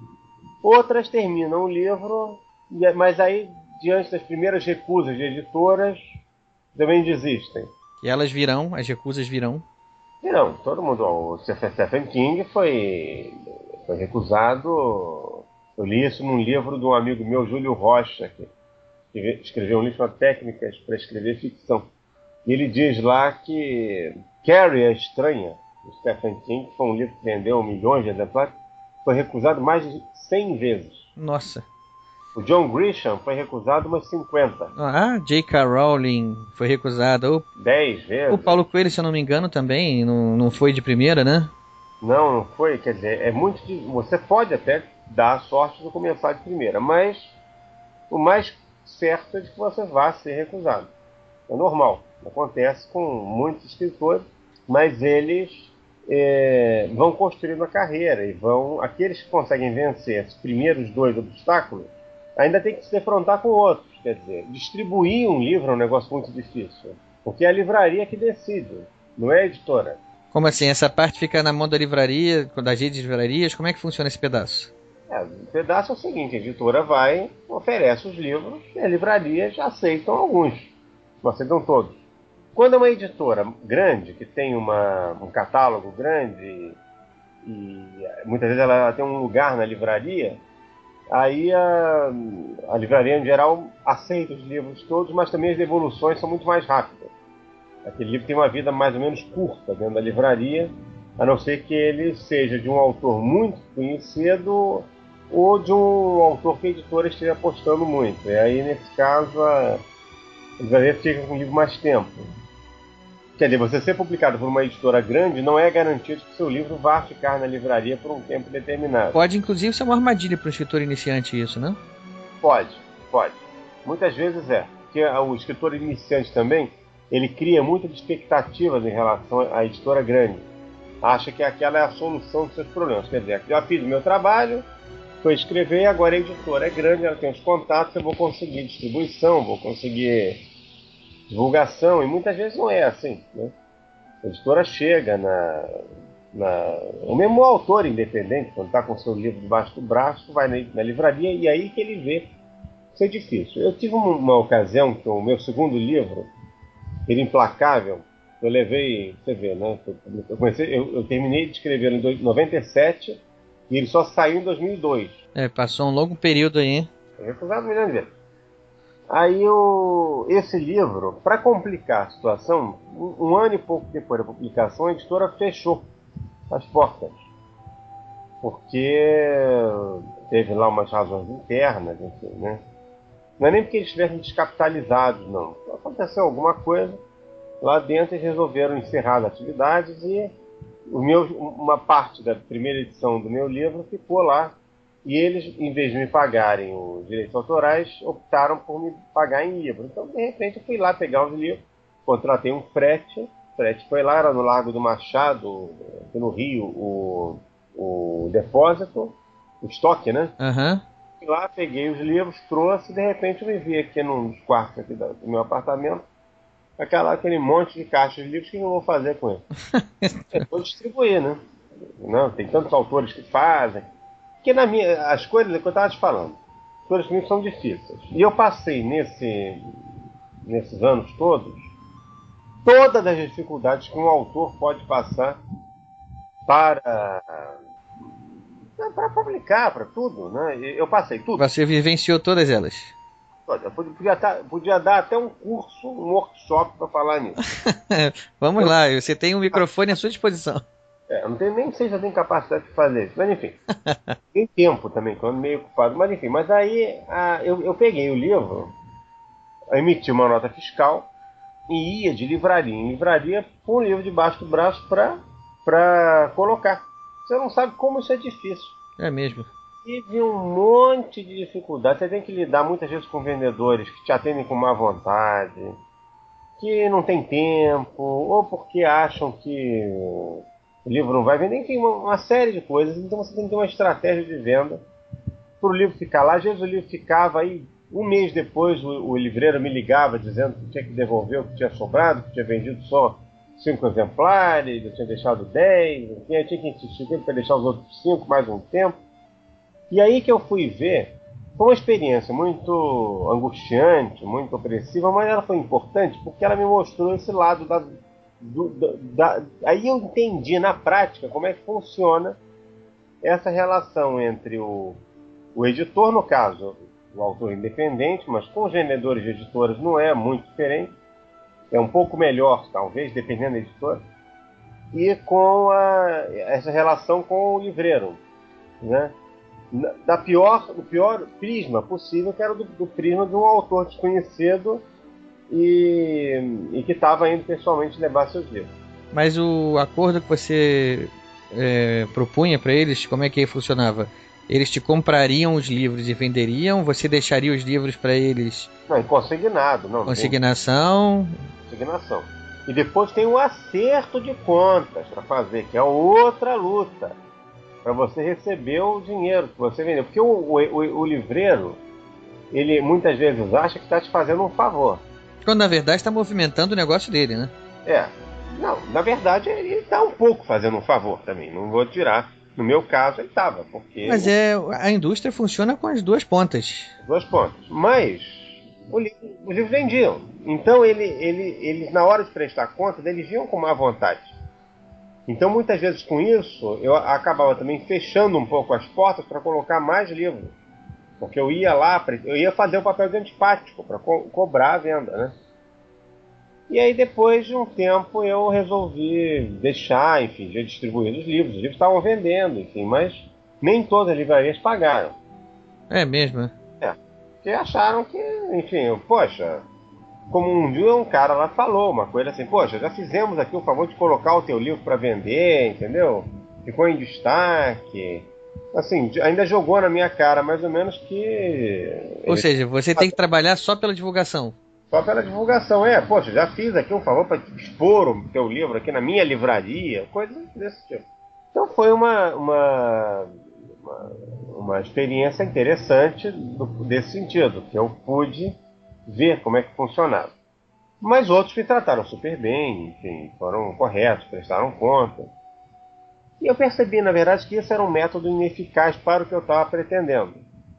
Speaker 6: Outras terminam o livro, mas aí, diante das primeiras recusas de editoras, também desistem.
Speaker 5: E elas virão, as recusas virão.
Speaker 6: Não, todo mundo. O Stephen King foi, foi recusado. Eu li isso num livro de um amigo meu, Júlio Rocha, que escreveu um livro chamado Técnicas para Escrever Ficção. E ele diz lá que Carrie a Estranha, do Stephen King, que foi um livro que vendeu milhões de exemplares, foi recusado mais de cem vezes.
Speaker 5: Nossa.
Speaker 6: O John Grisham foi recusado umas cinquenta.
Speaker 5: Ah, J K. Rowling foi recusada. O,
Speaker 6: dez vezes.
Speaker 5: O Paulo Coelho, se eu não me engano, também não, não foi de primeira, né?
Speaker 6: Não, não foi. Quer dizer, é muito... Você pode até dar a sorte de começar de primeira, mas o mais certo é de que você vá ser recusado. É normal. Acontece com muitos escritores, mas eles é, vão construindo a carreira e vão... Aqueles que conseguem vencer esses primeiros dois obstáculos ainda tem que se defrontar com outros. Quer dizer, distribuir um livro é um negócio muito difícil, porque é a livraria que decide, não é a editora.
Speaker 5: Como assim? Essa parte fica na mão da livraria, das redes de livrarias? Como é que funciona esse pedaço?
Speaker 6: É, o pedaço é o seguinte, a editora vai, oferece os livros e as livrarias aceitam alguns, não aceitam todos. Quando é uma editora grande, que tem uma, um catálogo grande e muitas vezes ela tem um lugar na livraria, aí a, a livraria em geral aceita os livros todos, mas também as devoluções são muito mais rápidas. Aquele livro tem uma vida mais ou menos curta dentro da livraria, a não ser que ele seja de um autor muito conhecido ou de um autor que a editora esteja apostando muito. E aí, nesse caso, a livraria fica com o livro mais tempo. Quer dizer, você ser publicado por uma editora grande não é garantido que o seu livro vá ficar na livraria por um tempo determinado.
Speaker 5: Pode, inclusive, ser uma armadilha para o escritor iniciante isso, né?
Speaker 6: Pode, pode. Muitas vezes é. Porque o escritor iniciante também, ele cria muitas expectativas em relação à editora grande. Acha que aquela é a solução dos seus problemas. Quer dizer, já fiz o meu trabalho, foi escrever, agora a editora é grande, ela tem os contatos, eu vou conseguir distribuição, vou conseguir divulgação, e muitas vezes não é assim, né? A editora chega na... na... O mesmo autor independente, quando está com o seu livro debaixo do braço, vai na, na livraria e aí que ele vê. Isso é difícil. Eu tive uma, uma ocasião que o meu segundo livro, Ele Implacável, eu levei, você vê, né? Eu, comecei, eu, eu terminei de escrever em noventa e sete e ele só saiu em dois mil e dois.
Speaker 5: É, passou um longo período aí, hein?
Speaker 6: Eu recusado milhões de vezes. Aí eu, esse livro, para complicar a situação, um, um ano e pouco depois da publicação, a editora fechou as portas. Porque teve lá umas razões internas, enfim, né? Não é nem porque eles estivessem descapitalizados, não. Aconteceu alguma coisa lá dentro, eles resolveram encerrar as atividades e o meu, uma parte da primeira edição do meu livro ficou lá. E eles, em vez de me pagarem os direitos autorais, optaram por me pagar em livro. Então, de repente, eu fui lá pegar os livros, contratei um frete, o frete foi lá, era no Largo do Machado, aqui no Rio, o, o depósito, o estoque, né?
Speaker 5: Aham.
Speaker 6: Fui lá, peguei os livros, trouxe, e de repente eu me vi aqui num dos quartos aqui do meu apartamento, aquela, aquele monte de caixas de livros, o que eu vou fazer com eles? Eu vou distribuir, né? Não, tem tantos autores que fazem. Porque na minha, as coisas que eu estava te falando, as coisas comigo são difíceis. E eu passei nesse, nesses anos todos, todas as dificuldades que um autor pode passar para, para publicar, para tudo, né? Eu passei tudo.
Speaker 5: Você vivenciou todas elas.
Speaker 6: Eu podia, podia dar até um curso, um workshop para falar nisso.
Speaker 5: Vamos eu, lá, você tem um microfone à sua disposição.
Speaker 6: É, eu não tenho, nem sei se eu tenho capacidade de fazer isso, mas enfim. Tem tempo também, que eu ando meio ocupado, mas enfim. Mas aí a, eu, eu peguei o livro, emiti uma nota fiscal e ia de livraria em livraria com o livro debaixo do braço para colocar. Você não sabe como isso é difícil.
Speaker 5: É mesmo.
Speaker 6: Tive um monte de dificuldade. Você tem que lidar muitas vezes com vendedores que te atendem com má vontade, que não tem tempo, ou porque acham que o livro não vai vender, enfim, uma, uma série de coisas. Então você tem que ter uma estratégia de venda para o livro ficar lá. Às vezes o livro ficava aí Um mês depois, o, o livreiro me ligava dizendo que tinha que devolver o que tinha sobrado, que tinha vendido só cinco exemplares, eu tinha deixado dez, enfim, eu tinha que insistir para deixar os outros cinco mais um tempo. E aí que eu fui ver, foi uma experiência muito angustiante, muito opressiva, mas ela foi importante porque ela me mostrou esse lado da... Do, da, da aí eu entendi na prática como é que funciona essa relação entre o, o editor, no caso, o autor independente, mas com os vendedores de editoras não é muito diferente, é um pouco melhor, talvez, dependendo da editora, e com a, essa relação com o livreiro, né? Da pior, do pior prisma possível, que era do, do prisma de um autor desconhecido e, e que estava indo pessoalmente levar seus livros.
Speaker 5: Mas o acordo que você é, propunha para eles, como é que funcionava? Eles te comprariam os livros e venderiam? Você deixaria os livros para eles?
Speaker 6: Não, em consignado. Não,
Speaker 5: consignação.
Speaker 6: Consignação. E depois tem um acerto de contas para fazer, que é outra luta, para você receber o dinheiro que você vendeu. Porque o, o, o, o livreiro, ele muitas vezes acha que está te fazendo um favor.
Speaker 5: Quando na verdade está movimentando o negócio dele, né?
Speaker 6: É. Não, na verdade ele está um pouco fazendo um favor também, não vou tirar. No meu caso ele estava, porque...
Speaker 5: Mas é, a indústria funciona com as duas pontas.
Speaker 6: Duas pontas. Mas o livro, os livros vendiam. Então ele, ele, eles, na hora de prestar contas, eles viam com má vontade. Então muitas vezes com isso, eu acabava também fechando um pouco as portas para colocar mais livros. Porque eu ia lá, eu ia fazer o papel de antipático para co- cobrar a venda, né? E aí depois de um tempo eu resolvi deixar, enfim, de distribuir os livros. Os livros estavam vendendo, enfim, mas nem todas as livrarias pagaram.
Speaker 5: É mesmo, né?
Speaker 6: É, porque acharam que, enfim, eu, poxa, como um dia um cara lá falou uma coisa assim, poxa, já fizemos aqui o favor de colocar o teu livro para vender, entendeu? Ficou em destaque. Assim, ainda jogou na minha cara mais ou menos que...
Speaker 5: Ou seja, você tem que trabalhar só pela divulgação.
Speaker 6: Só pela divulgação, é, poxa, já fiz aqui um favor para expor o teu livro aqui na minha livraria, coisas desse tipo. Então foi uma, uma, uma, uma experiência interessante do, desse sentido, que eu pude ver como é que funcionava. Mas outros me trataram super bem, enfim, foram corretos, prestaram conta. E eu percebi, na verdade, que esse era um método ineficaz para o que eu estava pretendendo.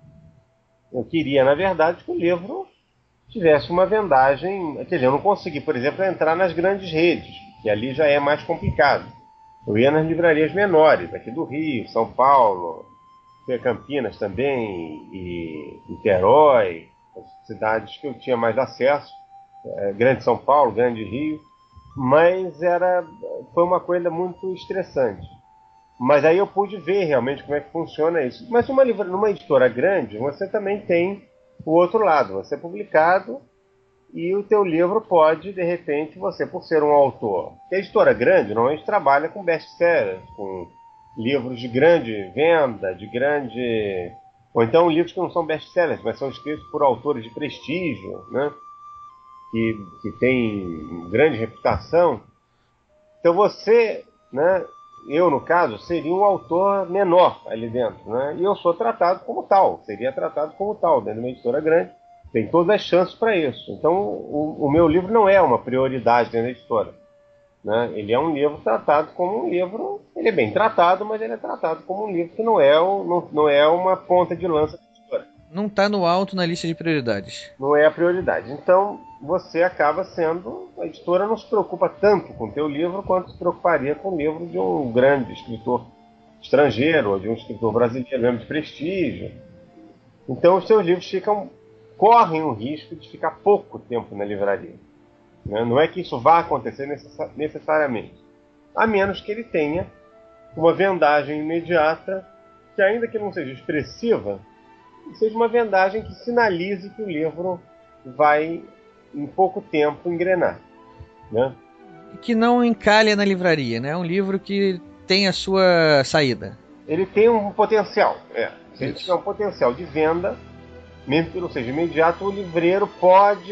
Speaker 6: Eu queria, na verdade, que o livro tivesse uma vendagem... Quer dizer, eu não consegui, por exemplo, entrar nas grandes redes, que ali já é mais complicado. Eu ia nas livrarias menores, aqui do Rio, São Paulo, Campinas também, e Niterói, as cidades que eu tinha mais acesso, é, Grande São Paulo, Grande Rio, mas era, foi uma coisa muito estressante. Mas aí eu pude ver realmente como é que funciona isso. Mas numa, livra, numa editora grande, você também tem o outro lado, você é publicado e o teu livro pode, de repente, você por ser um autor. Porque a editora grande normalmente trabalha com best-sellers, com livros de grande venda, de grande... Ou então livros que não são best-sellers, mas são escritos por autores de prestígio, né? que, que têm grande reputação. Então você, né, eu no caso, seria um autor menor ali dentro, né? E eu sou tratado como tal, seria tratado como tal dentro de uma editora grande. Tem todas as chances para isso. Então o, o meu livro não é uma prioridade dentro da editora, né? Ele é um livro tratado como um livro, ele é bem tratado, mas ele é tratado como um livro que não é, o, não, não é uma ponta de lança da editora.
Speaker 5: Não está no alto na lista de prioridades.
Speaker 6: Não é a prioridade. Então você acaba sendo... A editora não se preocupa tanto com o teu livro quanto se preocuparia com o livro de um grande escritor estrangeiro ou de um escritor brasileiro mesmo de prestígio. Então os seus livros ficam, correm o risco de ficar pouco tempo na livraria. Não é que isso vá acontecer necessariamente, a menos que ele tenha uma vendagem imediata, que ainda que não seja expressiva, seja uma vendagem que sinalize que o livro vai, em pouco tempo, engrenar. Né?
Speaker 5: Que não encalha na livraria, né? É um livro que tem a sua saída.
Speaker 6: Ele tem um potencial, é. Se ele tiver um potencial de venda, mesmo que não seja imediato, o livreiro pode,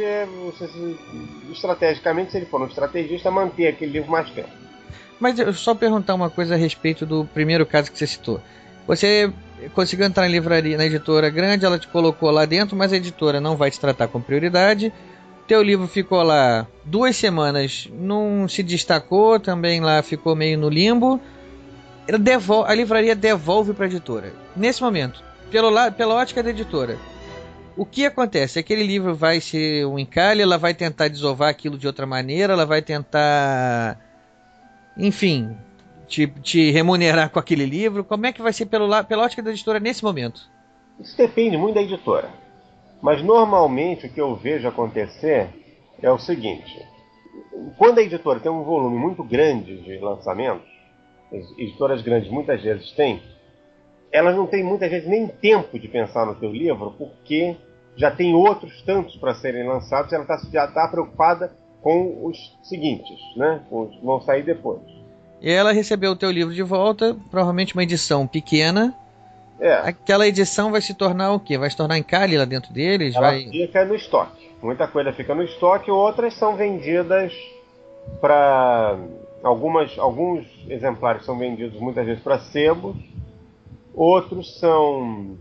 Speaker 6: estrategicamente, se ele for um estrategista, manter aquele livro mais tempo.
Speaker 5: Mas eu só perguntar uma coisa a respeito do primeiro caso que você citou. Você conseguiu entrar em livraria, na editora grande, ela te colocou lá dentro, mas a editora não vai te tratar com prioridade. Teu livro ficou lá duas semanas, não se destacou, também lá ficou meio no limbo. Ela devolve, a livraria devolve para a editora. Nesse momento, pelo lado, pela ótica da editora, o que acontece? Aquele livro vai ser um encalhe, ela vai tentar desovar aquilo de outra maneira, ela vai tentar, enfim, te, te remunerar com aquele livro. Como é que vai ser pelo, pela ótica da editora nesse momento?
Speaker 6: Isso depende muito da editora. Mas normalmente o que eu vejo acontecer é o seguinte: quando a editora tem um volume muito grande de lançamentos, as editoras grandes muitas vezes têm, elas não têm muitas vezes nem tempo de pensar no teu livro, porque já tem outros tantos para serem lançados e ela tá, já está preocupada com os seguintes, né? Com os que vão sair depois.
Speaker 5: E ela recebeu o teu livro de volta, provavelmente uma edição pequena.
Speaker 6: É.
Speaker 5: Aquela edição vai se tornar o quê? Vai se tornar encalhe lá dentro deles?
Speaker 6: Ela
Speaker 5: vai...
Speaker 6: fica no estoque. Muita coisa fica no estoque, outras são vendidas para... Algumas, alguns exemplares são vendidos muitas vezes para sebos, outros são,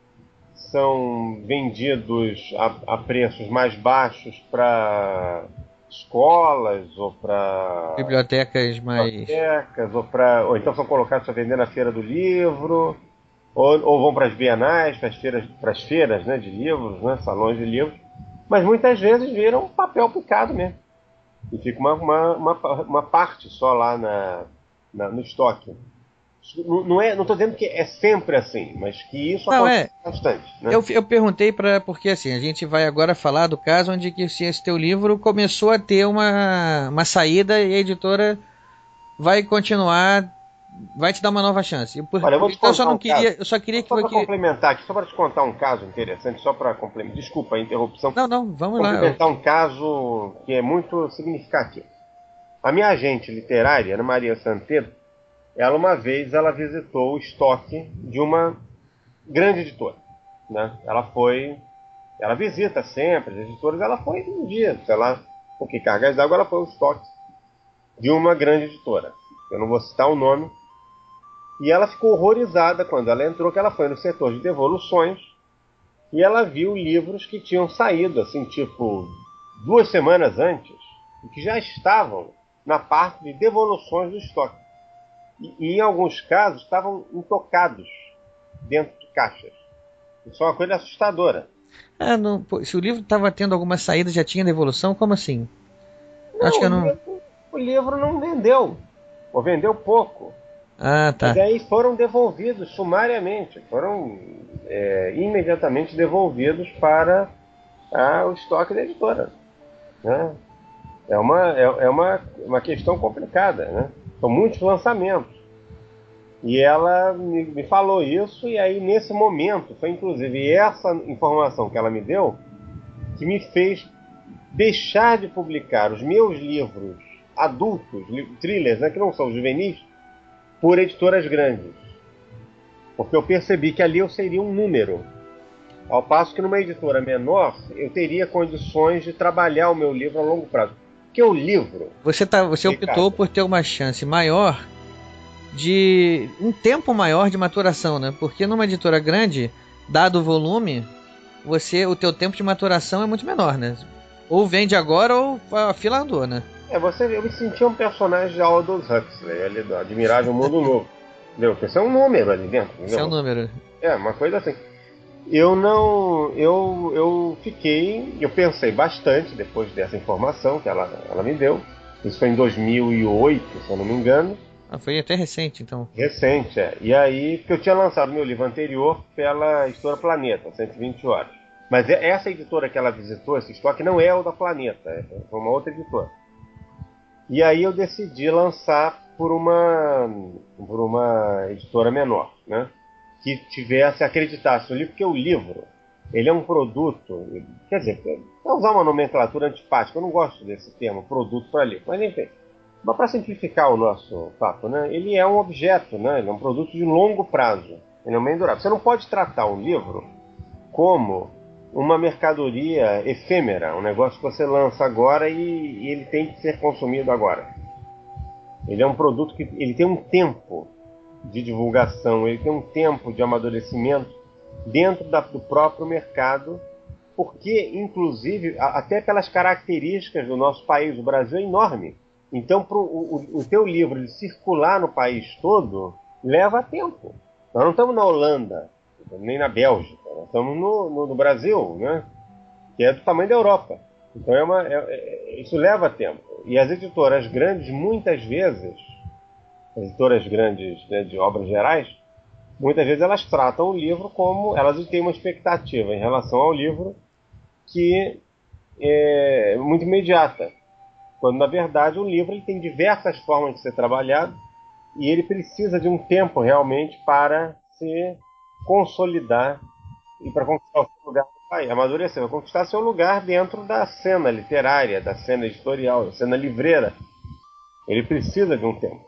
Speaker 6: são vendidos a, a preços mais baixos para escolas ou para
Speaker 5: bibliotecas mais...
Speaker 6: bibliotecas, ou, pra, ou então são colocados para vender na feira do livro, ou, ou vão para as bienais, para as feiras, para as feiras, né, de livros, né, salões de livros, mas muitas vezes viram papel picado mesmo. E fica uma, uma, uma, uma parte só lá na, na, no estoque. Não, não é, não estou dizendo que é sempre assim, mas que isso
Speaker 5: não,
Speaker 6: acontece
Speaker 5: é.
Speaker 6: bastante. Né?
Speaker 5: Eu, eu perguntei para porque assim, a gente vai agora falar do caso onde que esse teu livro começou a ter uma, uma saída e a editora vai continuar, vai te dar uma nova chance. Por,
Speaker 6: Olha, eu vou te
Speaker 5: então eu só não
Speaker 6: um
Speaker 5: queria,
Speaker 6: caso.
Speaker 5: eu só queria que
Speaker 6: só para
Speaker 5: que...
Speaker 6: complementar aqui, só para te contar um caso interessante, só para complementar. Desculpa a interrupção.
Speaker 5: Não, não, vamos lá.
Speaker 6: Complementar um caso que é muito significativo. A minha agente literária, Ana Maria Santedo, ela uma vez ela visitou o estoque de uma grande editora, né? Ela foi, ela visita sempre as editoras, ela foi um dia, sei lá, com que cargas d'água, ela foi ao estoque de uma grande editora. Eu não vou citar o nome. E ela ficou horrorizada quando ela entrou, que ela foi no setor de devoluções e ela viu livros que tinham saído, assim, tipo, duas semanas antes, e que já estavam na parte de devoluções do estoque. E, e em alguns casos, estavam intocados dentro de caixas. Isso é uma coisa assustadora.
Speaker 5: Ah, não, pô, se o livro estava tendo alguma saída, já tinha devolução? Como assim?
Speaker 6: Não,
Speaker 5: Acho que eu
Speaker 6: o,
Speaker 5: não...
Speaker 6: livro, o livro não vendeu. Ou vendeu pouco.
Speaker 5: Ah, tá.
Speaker 6: Mas aí foram devolvidos sumariamente. Foram é, imediatamente devolvidos para a, o estoque da editora. Né? É, uma, é, é uma, uma questão complicada. Né? São muitos lançamentos. E ela me, me falou isso, e aí nesse momento, foi inclusive essa informação que ela me deu, que me fez deixar de publicar os meus livros adultos, thrillers, né, que não são juvenis, por editoras grandes. Porque eu percebi que ali eu seria um número. Ao passo que numa editora menor, eu teria condições de trabalhar o meu livro a longo prazo. Porque o livro...
Speaker 5: Você, tá, você optou por ter uma chance maior de... um tempo maior de maturação, né? Porque numa editora grande, dado o volume, você, o teu tempo de maturação é muito menor, né? Ou vende agora ou a fila andou, né?
Speaker 6: É, você, eu me sentia um personagem de Aldous Huxley, ali do Admirável Mundo Novo. Entendeu? Porque isso é um número ali dentro. Entendeu?
Speaker 5: Isso é um número.
Speaker 6: É, uma coisa assim. Eu não... Eu, eu fiquei... Eu pensei bastante depois dessa informação que ela, ela me deu. Isso foi em dois mil e oito, se eu não me engano.
Speaker 5: Ah, foi até recente, então.
Speaker 6: Recente, é. E aí, porque eu tinha lançado meu livro anterior pela editora Planeta, cento e vinte horas. Mas essa editora que ela visitou, esse estoque, não é o da Planeta, é uma outra editora. E aí eu decidi lançar por uma, por uma editora menor, né? Que tivesse, acreditasse no livro, porque o livro, ele é um produto, quer dizer, para usar uma nomenclatura antipática, eu não gosto desse termo, produto para livro, mas enfim, mas para simplificar o nosso papo, né? Ele é um objeto, né? Ele é um produto de longo prazo, ele é um bem durável. Você não pode tratar um livro como uma mercadoria efêmera, um negócio que você lança agora e, e ele tem que ser consumido agora. Ele é um produto que ele tem um tempo de divulgação, ele tem um tempo de amadurecimento dentro da, do próprio mercado, porque, inclusive, a, até pelas características do nosso país, o Brasil é enorme. Então, pro, o, o teu livro de circular no país todo leva tempo. Nós não estamos na Holanda, nem na Bélgica, nós estamos no, no, no Brasil, né? Que é do tamanho da Europa. Então, é uma, é, é, isso leva tempo. E as editoras grandes, muitas vezes, as editoras grandes, né, de obras gerais, muitas vezes elas tratam o livro como... Elas têm uma expectativa em relação ao livro que é muito imediata. Quando, na verdade, o livro ele tem diversas formas de ser trabalhado e ele precisa de um tempo, realmente, para se consolidar e para conquistar o seu lugar no país. Amadurecer, para conquistar seu lugar dentro da cena literária, da cena editorial, da cena livreira. Ele precisa de um tempo.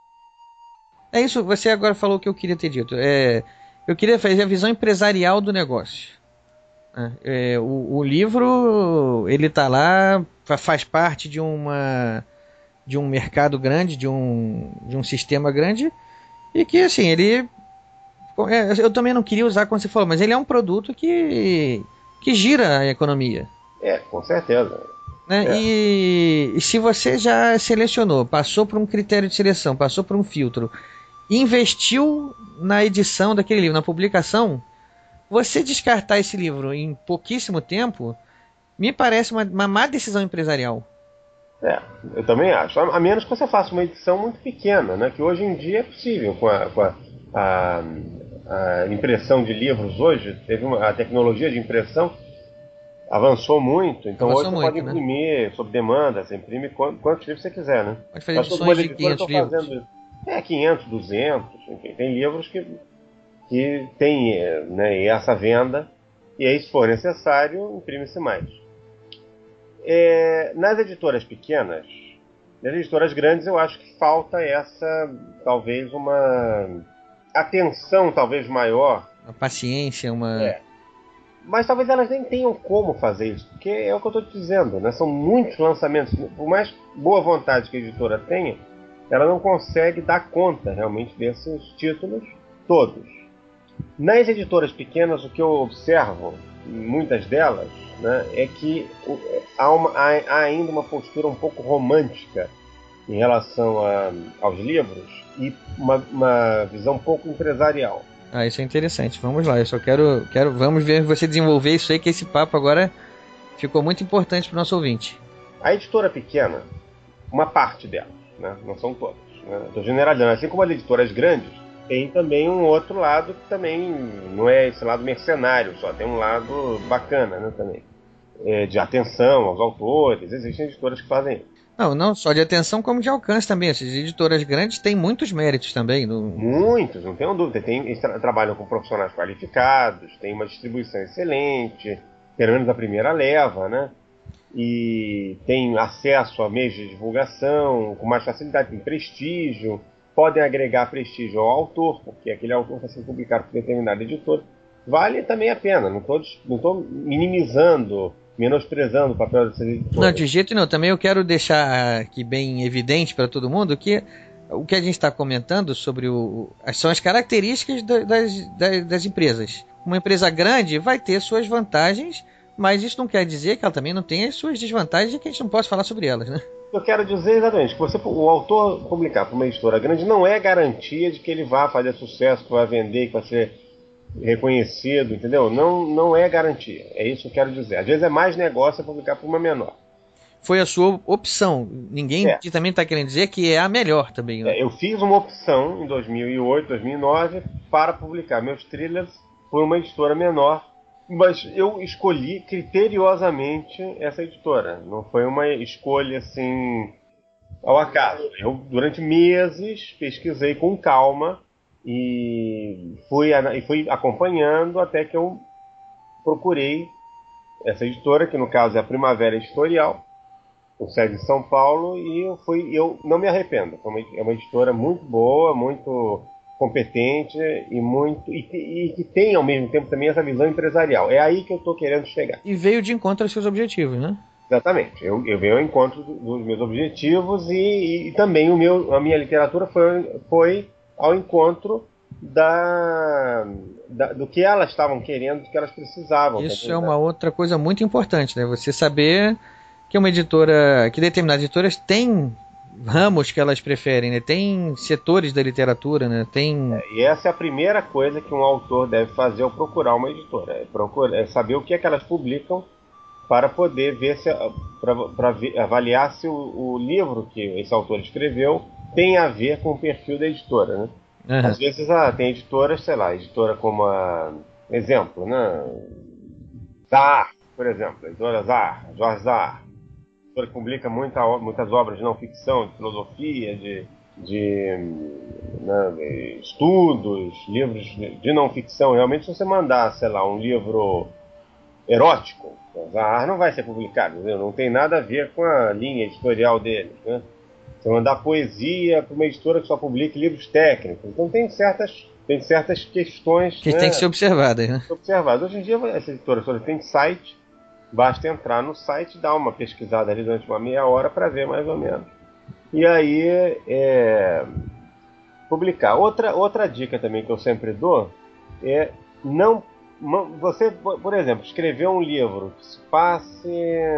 Speaker 5: É isso, você agora falou o que eu queria ter dito. É, eu queria fazer a visão empresarial do negócio. É, o, o livro, ele está lá, faz parte de uma de um mercado grande, de um, de um sistema grande, e que, assim, ele... É, eu também não queria usar como você falou, mas ele é um produto que, que gira a economia.
Speaker 6: É, com certeza.
Speaker 5: Né?
Speaker 6: É.
Speaker 5: E, e se você já selecionou, passou por um critério de seleção, passou por um filtro, investiu na edição daquele livro, na publicação, você descartar esse livro em pouquíssimo tempo, me parece uma, uma má decisão empresarial.
Speaker 6: É, eu também acho. A, a menos que você faça uma edição muito pequena, né? Que hoje em dia é possível. Com a, com a, a, a impressão de livros hoje, teve uma, a tecnologia de impressão avançou muito. Então
Speaker 5: avançou
Speaker 6: hoje você
Speaker 5: muito,
Speaker 6: pode imprimir, né, sob demanda, você imprime quantos, quantos livros você quiser, né?
Speaker 5: Pode fazer edições de quinhentos livros.
Speaker 6: Fazendo, é, quinhentos, duzentos, enfim, tem livros que, que tem, né, essa venda, e aí, se for necessário, imprime-se mais. É, nas editoras pequenas, nas editoras grandes, eu acho que falta essa, talvez, uma atenção talvez maior.
Speaker 5: Uma paciência, uma...
Speaker 6: É. Mas talvez elas nem tenham como fazer isso, porque é o que eu estou te dizendo, né? São muitos lançamentos. Por mais boa vontade que a editora tenha, ela não consegue dar conta realmente desses títulos todos. Nas editoras pequenas, o que eu observo, muitas delas, né, é que há, uma, há, há ainda uma postura um pouco romântica em relação a, aos livros e uma, uma visão um pouco empresarial.
Speaker 5: Ah, isso é interessante. Vamos lá, eu só quero, quero... Vamos ver você desenvolver isso aí, que esse papo agora ficou muito importante para o nosso ouvinte.
Speaker 6: A editora pequena, uma parte delas, né, não são todas, né, estou generalizando, assim como as editoras grandes, tem também um outro lado que também não é esse lado mercenário só, tem um lado bacana, né, também, é, de atenção aos autores. Existem editoras que fazem isso.
Speaker 5: Não, não só de atenção, como de alcance também. Essas editoras grandes têm muitos méritos também. No...
Speaker 6: Muitos, não tenho dúvida. Tem, eles tra trabalham com profissionais qualificados, tem uma distribuição excelente, pelo menos a primeira leva, né? E tem acesso a meios de divulgação com mais facilidade, tem prestígio, podem agregar prestígio ao autor, porque aquele autor está sendo publicado por determinado editor. Vale também a pena, não estou não tô minimizando, menosprezando o papel dessas editoras.
Speaker 5: Não, de jeito nenhum. Também eu quero deixar aqui bem evidente para todo mundo que o que a gente está comentando sobre o, são as características da, das, das, das empresas. Uma empresa grande vai ter suas vantagens, mas isso não quer dizer que ela também não tenha as suas desvantagens e que a gente não possa falar sobre elas, né?
Speaker 6: Eu quero dizer exatamente que você, o autor publicar para uma editora grande não é garantia de que ele vá fazer sucesso, que vai vender, que vai ser reconhecido, entendeu? Não, não é garantia. É isso que eu quero dizer. Às vezes é mais negócio publicar para uma menor.
Speaker 5: Foi a sua opção. Ninguém
Speaker 6: é.
Speaker 5: também está querendo dizer que é a melhor também, né?
Speaker 6: É, eu fiz uma opção em dois mil e oito, dois mil e nove para publicar meus thrillers por uma editora menor, mas eu escolhi criteriosamente essa editora. Não foi uma escolha assim ao acaso. Eu durante meses pesquisei com calma e fui, e fui acompanhando até que eu procurei essa editora, que no caso é a Primavera Editorial, com sede em São Paulo, e eu fui, eu não me arrependo. É uma editora muito boa, muito competente e muito e, e que tem ao mesmo tempo também essa visão empresarial. É aí que eu estou querendo chegar.
Speaker 5: E veio de encontro aos seus objetivos, né?
Speaker 6: Exatamente. Eu, eu venho ao encontro dos meus objetivos e, e, e também o meu, a minha literatura foi, foi ao encontro da, da, do que elas estavam querendo, do que elas precisavam.
Speaker 5: Isso é uma outra coisa muito importante, né? Você saber que uma editora, que determinadas editoras têm ramos que elas preferem, né? Tem setores da literatura, né? Tem...
Speaker 6: É, e essa é a primeira coisa que um autor deve fazer ao procurar uma editora, é, procurar, é saber o que é que elas publicam para poder ver se, para avaliar se o, o livro que esse autor escreveu tem a ver com o perfil da editora, né? Uhum. Às vezes ah, tem editoras, sei lá, editora como a, exemplo, né? Zahar, por exemplo, a editora Zahar, Jorge Zahar, que publica muita, muitas obras de não ficção, de filosofia, de, de, né, de estudos, livros de não ficção. Realmente, se você mandar, sei lá, um livro erótico, o Zahar não vai ser publicado, entendeu? Não tem nada a ver com a linha editorial dele, né? Você mandar poesia para uma editora que só publique livros técnicos. Então tem certas, tem certas questões
Speaker 5: que
Speaker 6: né,
Speaker 5: tem que ser observadas, né?
Speaker 6: observadas. Hoje em dia, essa editora só tem site. Basta entrar no site e dar uma pesquisada ali durante uma meia hora para ver mais ou menos. E aí, é, publicar. Outra, outra dica também que eu sempre dou é não... Você, por exemplo, escrever um livro que se passe...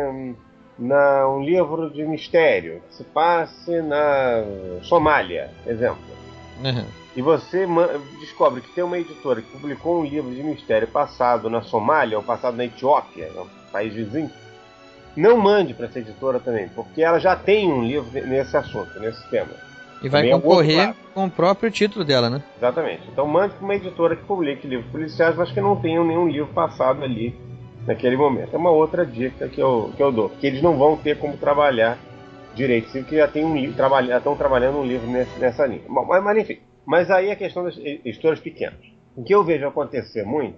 Speaker 6: Na, um livro de mistério, que se passe na Somália, exemplo. Uhum. E você descobre que tem uma editora que publicou um livro de mistério passado na Somália, ou passado na Etiópia, um país vizinho. Não mande para essa editora também, porque ela já tem um livro nesse assunto, nesse tema.
Speaker 5: E vai também concorrer é com o próprio título dela, né?
Speaker 6: Exatamente. Então mande para uma editora que publique livros policiais, mas que não tenham nenhum livro passado ali naquele momento. É uma outra dica que eu, que eu dou, porque eles não vão ter como trabalhar direito, porque já tem um livro, trabalha, já estão trabalhando um livro nesse, nessa linha. Bom, mas, mas enfim, mas aí a questão das editoras pequenas. O que eu vejo acontecer muito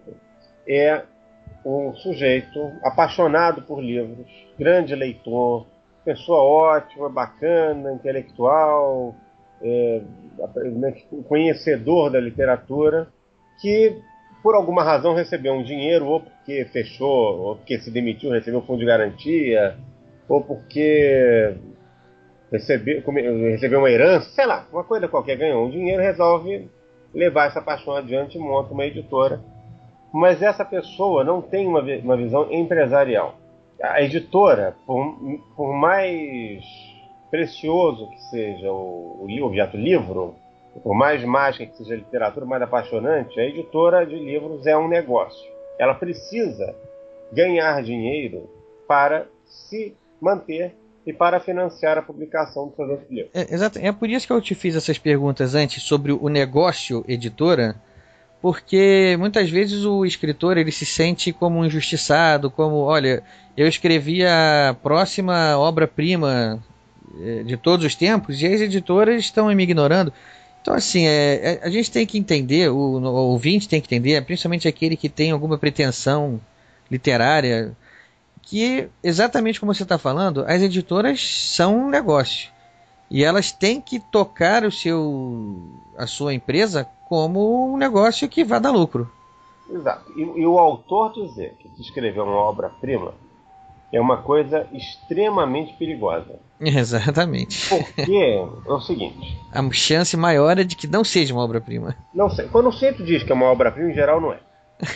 Speaker 6: é um sujeito apaixonado por livros, grande leitor, pessoa ótima, bacana, intelectual, é, conhecedor da literatura, que por alguma razão recebeu um dinheiro, ou porque fechou, ou porque se demitiu, recebeu fundo de garantia, ou porque recebeu, recebeu uma herança, sei lá, uma coisa qualquer, ganhou um dinheiro, resolve levar essa paixão adiante e monta uma editora. Mas essa pessoa não tem uma, uma visão empresarial. A editora, por, por mais precioso que seja o, o objeto livro, por mais mágica que seja a literatura, mais apaixonante, a editora de livros é um negócio. Ela precisa ganhar dinheiro para se manter e para financiar a publicação dos seus outros livros.
Speaker 5: É, exato. É por isso que eu te fiz essas perguntas antes sobre o negócio editora, porque muitas vezes o escritor ele se sente como um injustiçado, como, olha, eu escrevi a próxima obra-prima de todos os tempos e as editoras estão me ignorando. Então, assim, é, é, a gente tem que entender, o, o ouvinte tem que entender, principalmente aquele que tem alguma pretensão literária, que, exatamente como você está falando, as editoras são um negócio. E elas têm que tocar o seu, a sua empresa como um negócio que vai dar lucro.
Speaker 6: Exato. E, e o autor dizer que escreveu uma obra-prima é uma coisa extremamente perigosa.
Speaker 5: Exatamente.
Speaker 6: Porque é o seguinte...
Speaker 5: A chance maior é de que não seja uma obra-prima.
Speaker 6: Não sei. Quando sempre diz que é uma obra-prima, em geral não é.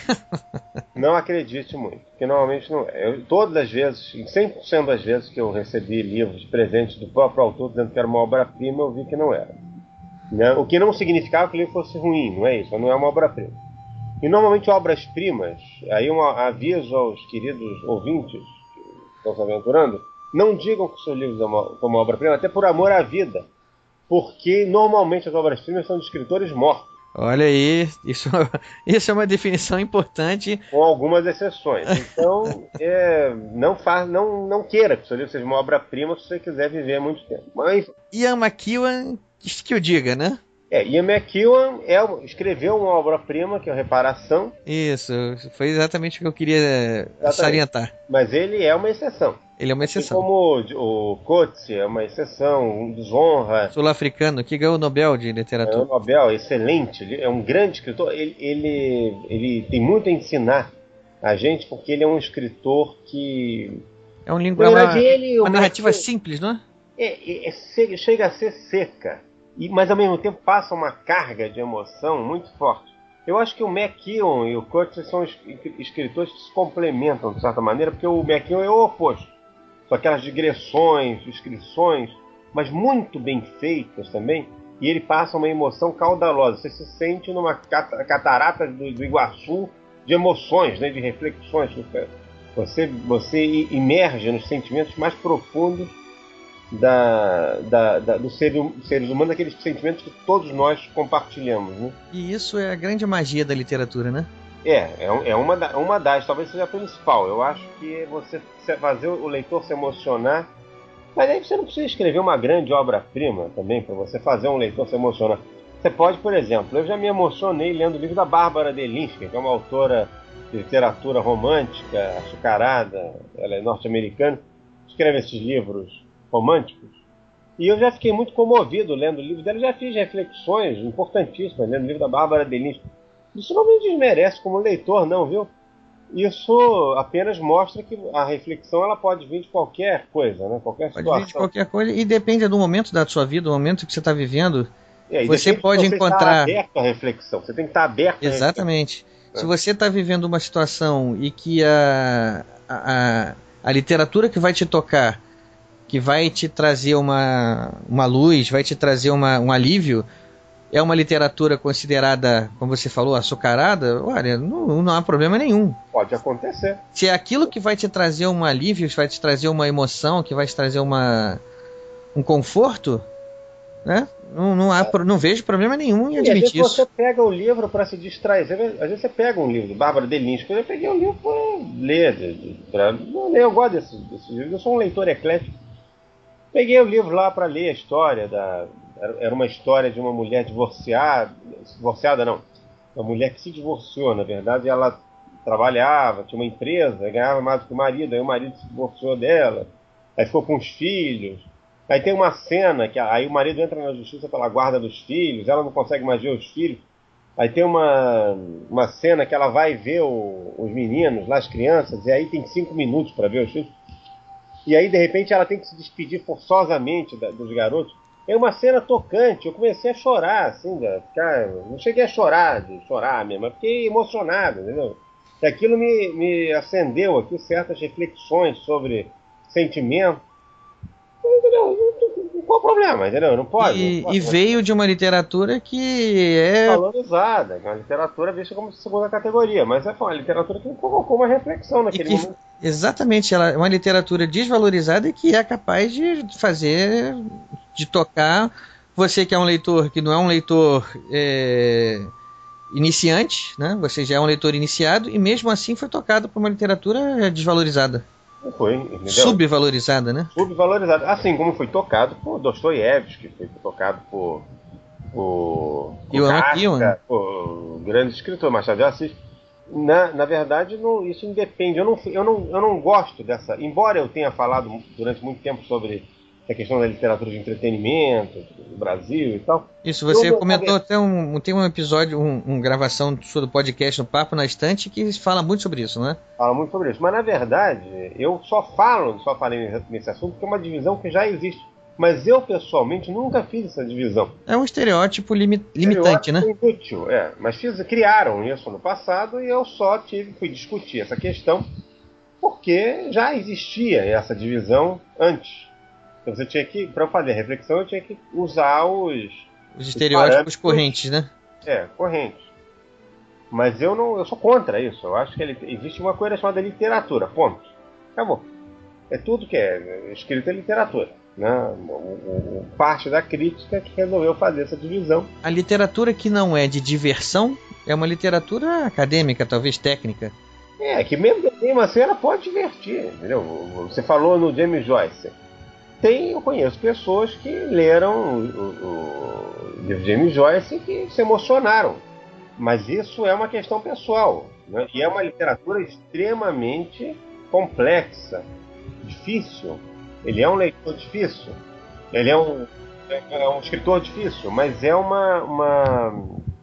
Speaker 6: Não acredite muito, porque normalmente não é. Eu, todas as vezes, em cem por cento das vezes que eu recebi livros de presente do próprio autor dizendo que era uma obra-prima, eu vi que não era. Né? O que não significava que o livro fosse ruim, não é isso, não é uma obra-prima. E normalmente obras-primas, aí um aviso aos queridos ouvintes que estão se aventurando, não digam que o seu livro é uma, uma obra-prima, até por amor à vida, porque normalmente as obras-primas são de escritores mortos.
Speaker 5: Olha aí, isso, isso é uma definição importante.
Speaker 6: Com algumas exceções. Então, é, não, faz, não, não queira que o seu livro seja uma obra-prima se você quiser viver muito tempo. Mas,
Speaker 5: Ian McEwan, que o diga, né?
Speaker 6: É, Ian McEwan é, escreveu uma obra-prima, que é a Reparação.
Speaker 5: Isso, foi exatamente o que eu queria exatamente. salientar.
Speaker 6: Mas ele é uma exceção.
Speaker 5: Ele é uma exceção.
Speaker 6: Assim como o, o Coetzee é uma exceção, um desonra.
Speaker 5: Sul-africano, que ganhou o Nobel de Literatura.
Speaker 6: É o Nobel, excelente. Ele é um grande escritor. Ele, ele, ele tem muito a ensinar a gente, porque ele é um escritor que...
Speaker 5: É um linguagem, uma, uma narrativa simples, não é?
Speaker 6: É, é, é, chega a ser seca. e, mas ao mesmo tempo passa uma carga de emoção muito forte. Eu acho que o McKeown e o Curtis são es- escritores que se complementam de certa maneira, porque o McKeown é o oposto. São aquelas digressões, descrições, mas muito bem feitas também, e ele passa uma emoção caudalosa. Você se sente numa cata- catarata do, do Iguaçu de emoções, né, de reflexões. Você, você imerge nos sentimentos mais profundos da, da, da, dos seres, seres humanos, aqueles sentimentos que todos nós compartilhamos, né?
Speaker 5: E isso é a grande magia da literatura, né?
Speaker 6: É, é, um- é uma, da- uma das, talvez seja a principal. Eu acho que você se- fazer o leitor se emocionar, mas aí você não precisa escrever uma grande obra-prima também para você fazer um leitor se emocionar. Você pode, por exemplo, eu já me emocionei lendo o livro da Bárbara Delinsky, que é uma autora de literatura romântica, açucarada, ela é norte-americana, escreve esses livros românticos. E eu já fiquei muito comovido lendo o livro dela, já fiz reflexões importantíssimas lendo o livro da Bárbara Delinsky. Isso não me desmerece como leitor, não, viu? Isso apenas mostra que a reflexão ela pode vir de qualquer coisa, né? Qualquer
Speaker 5: Pode
Speaker 6: situação.
Speaker 5: vir de qualquer coisa e depende do momento da sua vida, do momento que você está vivendo.
Speaker 6: É, e
Speaker 5: Você
Speaker 6: depende de
Speaker 5: pode
Speaker 6: você
Speaker 5: encontrar-
Speaker 6: estar aberto à reflexão. Você tem que estar aberto à
Speaker 5: Exatamente.
Speaker 6: É.
Speaker 5: Se você está vivendo uma situação e que a, a, a, a literatura que vai te tocar, que vai te trazer uma, uma luz, vai te trazer uma, um alívio, é uma literatura considerada, como você falou, açucarada, olha, não, não há problema nenhum.
Speaker 6: Pode acontecer.
Speaker 5: Se é aquilo que vai te trazer um alívio, vai te trazer uma emoção, que vai te trazer uma, um conforto, né? Não, não, há, pro- não vejo problema nenhum em
Speaker 6: E às vezes
Speaker 5: admitir
Speaker 6: você
Speaker 5: isso.
Speaker 6: pega o livro para se distrair. Você vê- Às vezes você pega um livro de Bárbara Delinsky. Eu peguei um livro para ler. de- de- pra- não, eu gosto desses desse livros. Eu sou um leitor eclético. Peguei o livro lá para ler a história da... Era era uma história de uma mulher divorciada. Divorciada não. Uma mulher que se divorciou, na verdade. Ela trabalhava, tinha uma empresa, ganhava mais do que o marido. Aí o marido se divorciou dela. Aí ficou com os filhos. Aí tem uma cena que aí o marido entra na justiça pela guarda dos filhos, ela não consegue mais ver os filhos. Aí tem uma, uma cena que ela vai ver o- os meninos, lá as crianças, e aí tem cinco minutos para ver os filhos. E aí, de repente, ela tem que se despedir forçosamente da- dos garotos. É uma cena tocante, eu comecei a chorar, assim, da- ficar, não cheguei a chorar, de chorar mesmo, mas fiquei emocionado, entendeu? E aquilo me, me acendeu aqui certas reflexões sobre sentimento. Entendeu? Qual o problema, entendeu? Não pode.
Speaker 5: E,
Speaker 6: não pode.
Speaker 5: e veio de uma literatura que é
Speaker 6: Valorizada, que é uma literatura vista como segunda categoria, mas é uma literatura que provocou uma reflexão
Speaker 5: E
Speaker 6: naquele
Speaker 5: que,
Speaker 6: momento.
Speaker 5: exatamente, ela é uma literatura desvalorizada e que é capaz de fazer, de tocar. Você que é um leitor que não é um leitor é, iniciante, né? Você já é um leitor iniciado e mesmo assim foi tocado por uma literatura desvalorizada,
Speaker 6: Não foi, entendeu?
Speaker 5: subvalorizada, né?
Speaker 6: Subvalorizado. Assim como foi tocado por Dostoiévski, foi tocado por, por, por
Speaker 5: E o
Speaker 6: Kafka,
Speaker 5: Amakio,
Speaker 6: por grande escritor, Machado de Assis. Na, na verdade, não, isso independe. Eu não, eu, não, eu não gosto dessa. Embora eu tenha falado durante muito tempo sobre a questão da literatura de entretenimento no Brasil e tal.
Speaker 5: Isso, você
Speaker 6: Eu-
Speaker 5: comentou até um, tem um episódio, um, um gravação do podcast no Papo na Estante que fala muito sobre isso, né?
Speaker 6: Fala muito sobre isso. Mas, na verdade, eu só falo, só falei nesse assunto porque é uma divisão que já existe. Mas eu, pessoalmente, nunca fiz essa divisão.
Speaker 5: É um estereótipo limi- limitante, né?
Speaker 6: Estereótipo inútil, é. Mas fiz, criaram isso no passado e eu só tive, fui discutir essa questão porque já existia essa divisão antes. Então você tinha que, para eu fazer a reflexão, eu tinha que usar os...
Speaker 5: Os estereótipos
Speaker 6: parâmetros-
Speaker 5: correntes, né?
Speaker 6: É, correntes. Mas eu não, eu sou contra isso. Eu acho que ele, existe uma coisa chamada literatura. Ponto. Acabou. É tudo que é escrito é literatura. Né? O, o, o- parte da crítica que resolveu fazer essa divisão.
Speaker 5: A literatura que não é de diversão é uma literatura acadêmica, talvez técnica.
Speaker 6: É, que mesmo, mesmo assim ela pode divertir. Entendeu? Você falou no James Joyce. Tem, eu conheço pessoas que leram o, o, o livro de James Joyce e que se emocionaram. Mas isso é uma questão pessoal. Né? E é uma literatura extremamente complexa, difícil. Ele é um leitor difícil. Ele é um, é um escritor difícil, mas é uma, uma,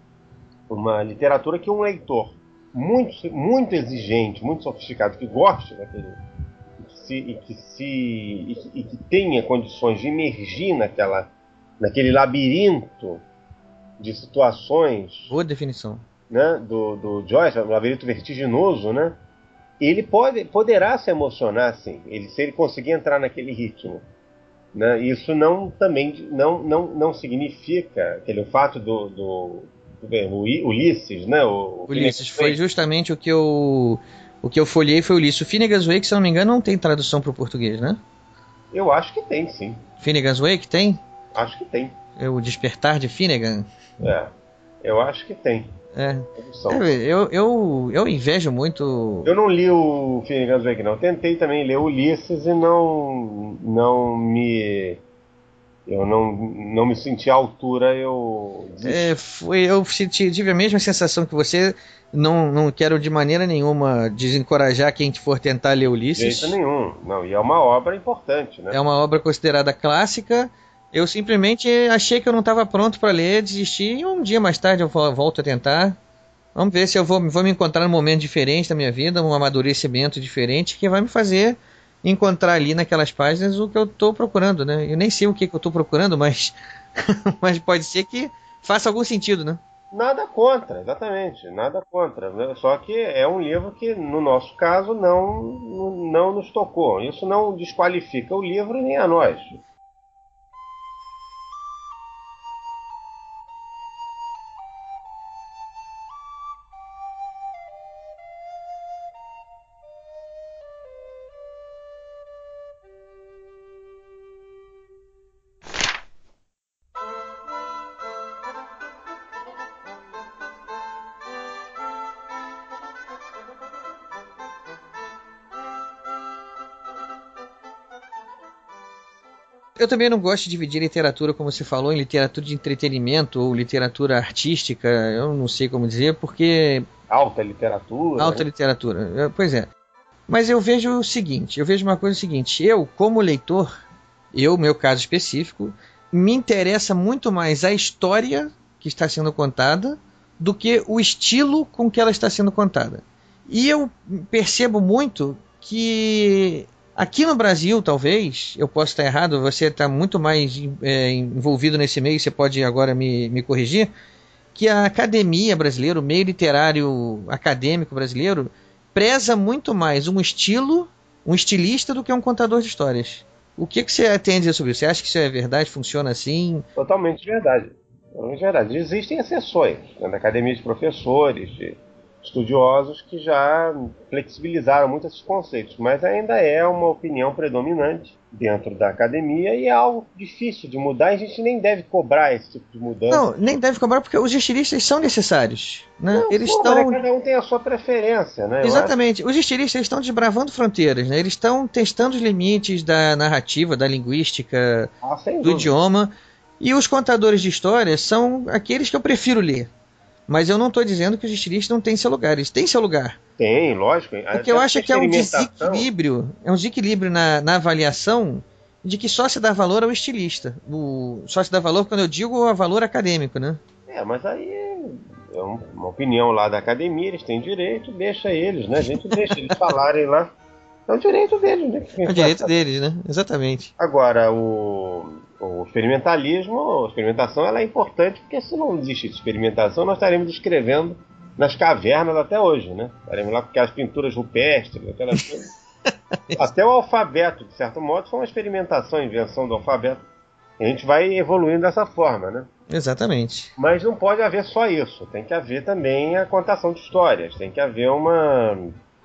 Speaker 6: uma literatura que um leitor muito, muito exigente, muito sofisticado, que goste daquele, e que, se, e, que se, e, que, e que tenha condições de emergir naquela, naquele labirinto de situações,
Speaker 5: Boa definição.
Speaker 6: né, do, do Joyce, um labirinto vertiginoso, né? Ele pode, poderá se emocionar, sim, ele, se ele conseguir entrar naquele ritmo. Né? Isso não, também, não, não, não significa aquele, o fato do, do, do Ulisses, né? O,
Speaker 5: Ulisses, foi justamente o que eu, o que eu folhei, foi o Ulisses. O Finnegan's Wake, se eu não me engano, não tem tradução para o português, né?
Speaker 6: Eu acho que tem, sim.
Speaker 5: Finnegan's Wake tem?
Speaker 6: Acho que tem.
Speaker 5: É o Despertar de Finnegan?
Speaker 6: É, eu acho que tem.
Speaker 5: É. é eu, eu, eu invejo muito.
Speaker 6: Eu não li o Finnegan's Wake, não. Eu tentei também ler Ulisses e não, não me. Eu não, não me senti à altura, eu
Speaker 5: é, foi, eu senti, tive a mesma sensação que você. Não, não quero de maneira nenhuma desencorajar quem for tentar ler Ulisses.
Speaker 6: De jeito nenhum. Não, e é uma obra importante, né?
Speaker 5: É uma obra considerada clássica. Eu simplesmente achei que eu não estava pronto para ler, desisti, e um dia mais tarde eu volto a tentar. Vamos ver se eu vou, vou me encontrar num momento diferente da minha vida, um amadurecimento diferente, que vai me fazer encontrar ali naquelas páginas o que eu estou procurando, né? Eu nem sei o que, que eu estou procurando, mas, mas pode ser que faça algum sentido, né?
Speaker 6: Nada contra, exatamente, nada contra. Só que é um livro que, no nosso caso, não, não nos tocou. Isso não desqualifica o livro nem a nós.
Speaker 5: Eu também não gosto de dividir literatura, como você falou, em literatura de entretenimento ou literatura artística, eu não sei como dizer, porque...
Speaker 6: Alta literatura.
Speaker 5: Alta né? literatura, pois é. Mas eu vejo o seguinte, eu vejo uma coisa seguinte, eu, como leitor, eu, meu caso específico, me interessa muito mais a história que está sendo contada do que o estilo com que ela está sendo contada. E eu percebo muito que... Aqui no Brasil, talvez, eu possa estar errado, você está muito mais é, envolvido nesse meio, você pode agora me, me corrigir, que a academia brasileira, o meio literário acadêmico brasileiro, preza muito mais um estilo, um estilista do que um contador de histórias. O que, que você tem a dizer sobre isso? Você acha que isso é verdade, funciona assim?
Speaker 6: Totalmente verdade. Totalmente verdade. Existem exceções, né, da academia de professores, de estudiosos que já flexibilizaram muito esses conceitos, mas ainda é uma opinião predominante dentro da academia e é algo difícil de mudar e a gente nem deve cobrar esse tipo de mudança.
Speaker 5: Não, nem deve cobrar porque os estilistas são necessários, né?
Speaker 6: Não,
Speaker 5: eles
Speaker 6: pô,
Speaker 5: estão...
Speaker 6: Cada um tem a sua preferência, né?
Speaker 5: Exatamente, os estilistas estão desbravando fronteiras, né? Eles estão testando os limites da narrativa, da linguística,
Speaker 6: ah,
Speaker 5: do dúvida. idioma, e os contadores de histórias são aqueles que eu prefiro ler. Mas eu não estou dizendo que os estilistas não têm seu lugar, eles têm seu lugar.
Speaker 6: Tem, lógico.
Speaker 5: O que eu acho é que é um desequilíbrio, é um desequilíbrio na, na avaliação de que só se dá valor ao estilista. O, só se dá valor quando eu digo a valor acadêmico, né?
Speaker 6: É, mas aí é uma opinião lá da academia, eles têm direito, deixa eles, né? A gente deixa eles falarem lá. É o direito deles, né?
Speaker 5: É o direito deles, né? Exatamente. Agora,
Speaker 6: o... O experimentalismo, a experimentação, ela é importante porque se não existe experimentação, nós estaremos escrevendo nas cavernas até hoje, né? Estaremos lá com aquelas pinturas rupestres, aquelas coisas. Até o alfabeto, de certo modo, foi uma experimentação, a invenção do alfabeto. E a gente vai evoluindo dessa forma, né?
Speaker 5: Exatamente.
Speaker 6: Mas não pode haver só isso. Tem que haver também a contação de histórias. Tem que haver uma...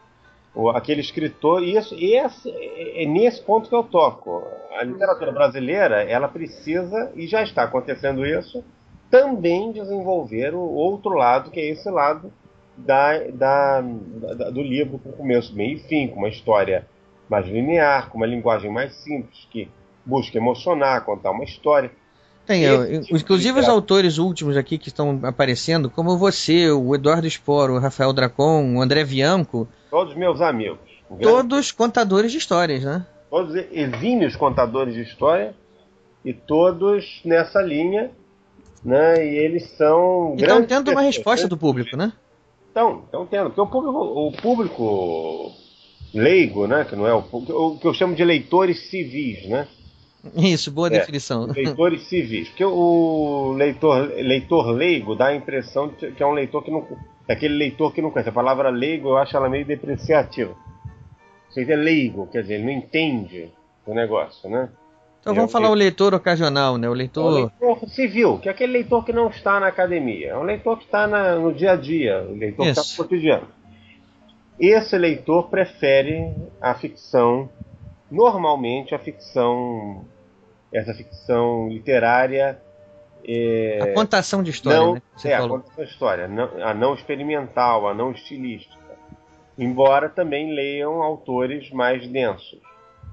Speaker 6: aquele escritor, e isso, esse, é nesse ponto que eu toco. A literatura brasileira, ela precisa, e já está acontecendo isso, também desenvolver o outro lado, que é esse lado da, da, da, do livro com começo, meio e fim, com uma história mais linear, com uma linguagem mais simples, que busca emocionar, contar uma história.
Speaker 5: Tem, eu, tipo inclusive os autores últimos aqui que estão aparecendo, como você, o Eduardo Spor, o Rafael Dracon, o André Bianco.
Speaker 6: Todos meus amigos.
Speaker 5: Todos contadores de histórias, né?
Speaker 6: Todos exímios contadores de história e todos nessa linha, né? E eles são
Speaker 5: e estão tendo uma resposta do público, né?
Speaker 6: Estão, estão tendo. Porque o público, o público leigo, né? Que não é o, o que eu chamo de leitores civis, né?
Speaker 5: Isso, boa
Speaker 6: É,
Speaker 5: definição.
Speaker 6: Leitores civis. Porque o leitor, leitor leigo dá a impressão de que é um leitor que não... É aquele leitor que não conhece. A palavra leigo eu acho ela meio depreciativa. Você é leigo, quer dizer, ele não entende o negócio, né?
Speaker 5: Então vamos
Speaker 6: é,
Speaker 5: falar
Speaker 6: é,
Speaker 5: o leitor ocasional, né? O
Speaker 6: é o
Speaker 5: leitor...
Speaker 6: leitor civil, que é aquele leitor que não está na academia. É um leitor que está na, no dia a dia, o leitor que está
Speaker 5: Isso.
Speaker 6: no cotidiano. Esse leitor prefere a ficção, normalmente a ficção, essa ficção literária. É,
Speaker 5: A contação de história,
Speaker 6: não,
Speaker 5: né? que Você
Speaker 6: é,
Speaker 5: falou.
Speaker 6: a contação de história, não, a não experimental, a não estilística. Embora também leiam autores mais densos.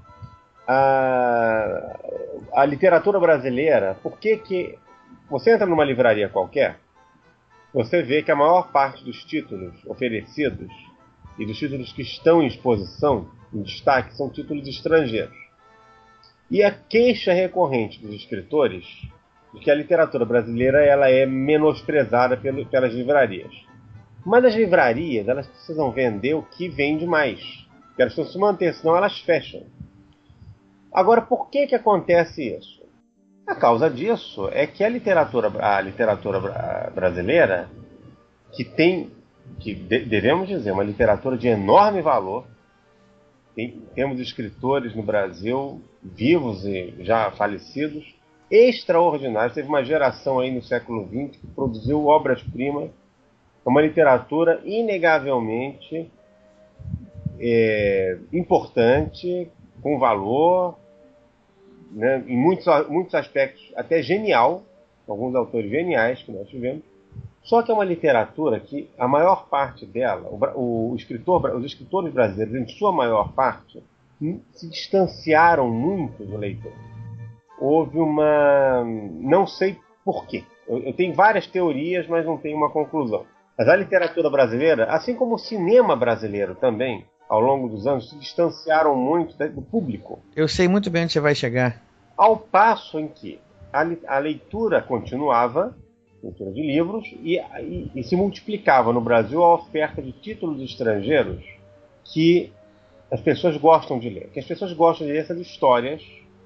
Speaker 6: A, a literatura brasileira, por que que... Você entra numa livraria qualquer, você vê que a maior parte dos títulos oferecidos e dos títulos que estão em exposição, em destaque, são títulos estrangeiros. E a queixa recorrente dos escritores de que a literatura brasileira ela é menosprezada pelo, pelas livrarias. Mas as livrarias elas precisam vender o que vende mais. Porque elas precisam se manter, senão elas fecham. Agora, por que que acontece isso? A causa disso é que a literatura, a literatura brasileira, que tem, que de, devemos dizer, uma literatura de enorme valor, tem, temos escritores no Brasil, vivos e já falecidos, extraordinários. Teve uma geração aí no século vinte que produziu obras-primas, uma literatura inegavelmente é, importante, com valor, né, em muitos, muitos aspectos até genial, alguns autores geniais que nós tivemos, só que é uma literatura que a maior parte dela, o, o escritor, os escritores brasileiros, em sua maior parte, se distanciaram muito do leitor. Houve uma... não sei porquê. Eu, eu tenho várias teorias, mas não tenho uma conclusão. Mas a literatura brasileira, assim como o cinema brasileiro também, ao longo dos anos, se distanciaram muito do público.
Speaker 5: Eu sei muito bem onde você vai chegar.
Speaker 6: Ao passo em que a, a leitura continuava, leitura de livros, e, e, e se multiplicava no Brasil a oferta de títulos estrangeiros que as pessoas gostam de ler. Que as pessoas gostam de ler essas histórias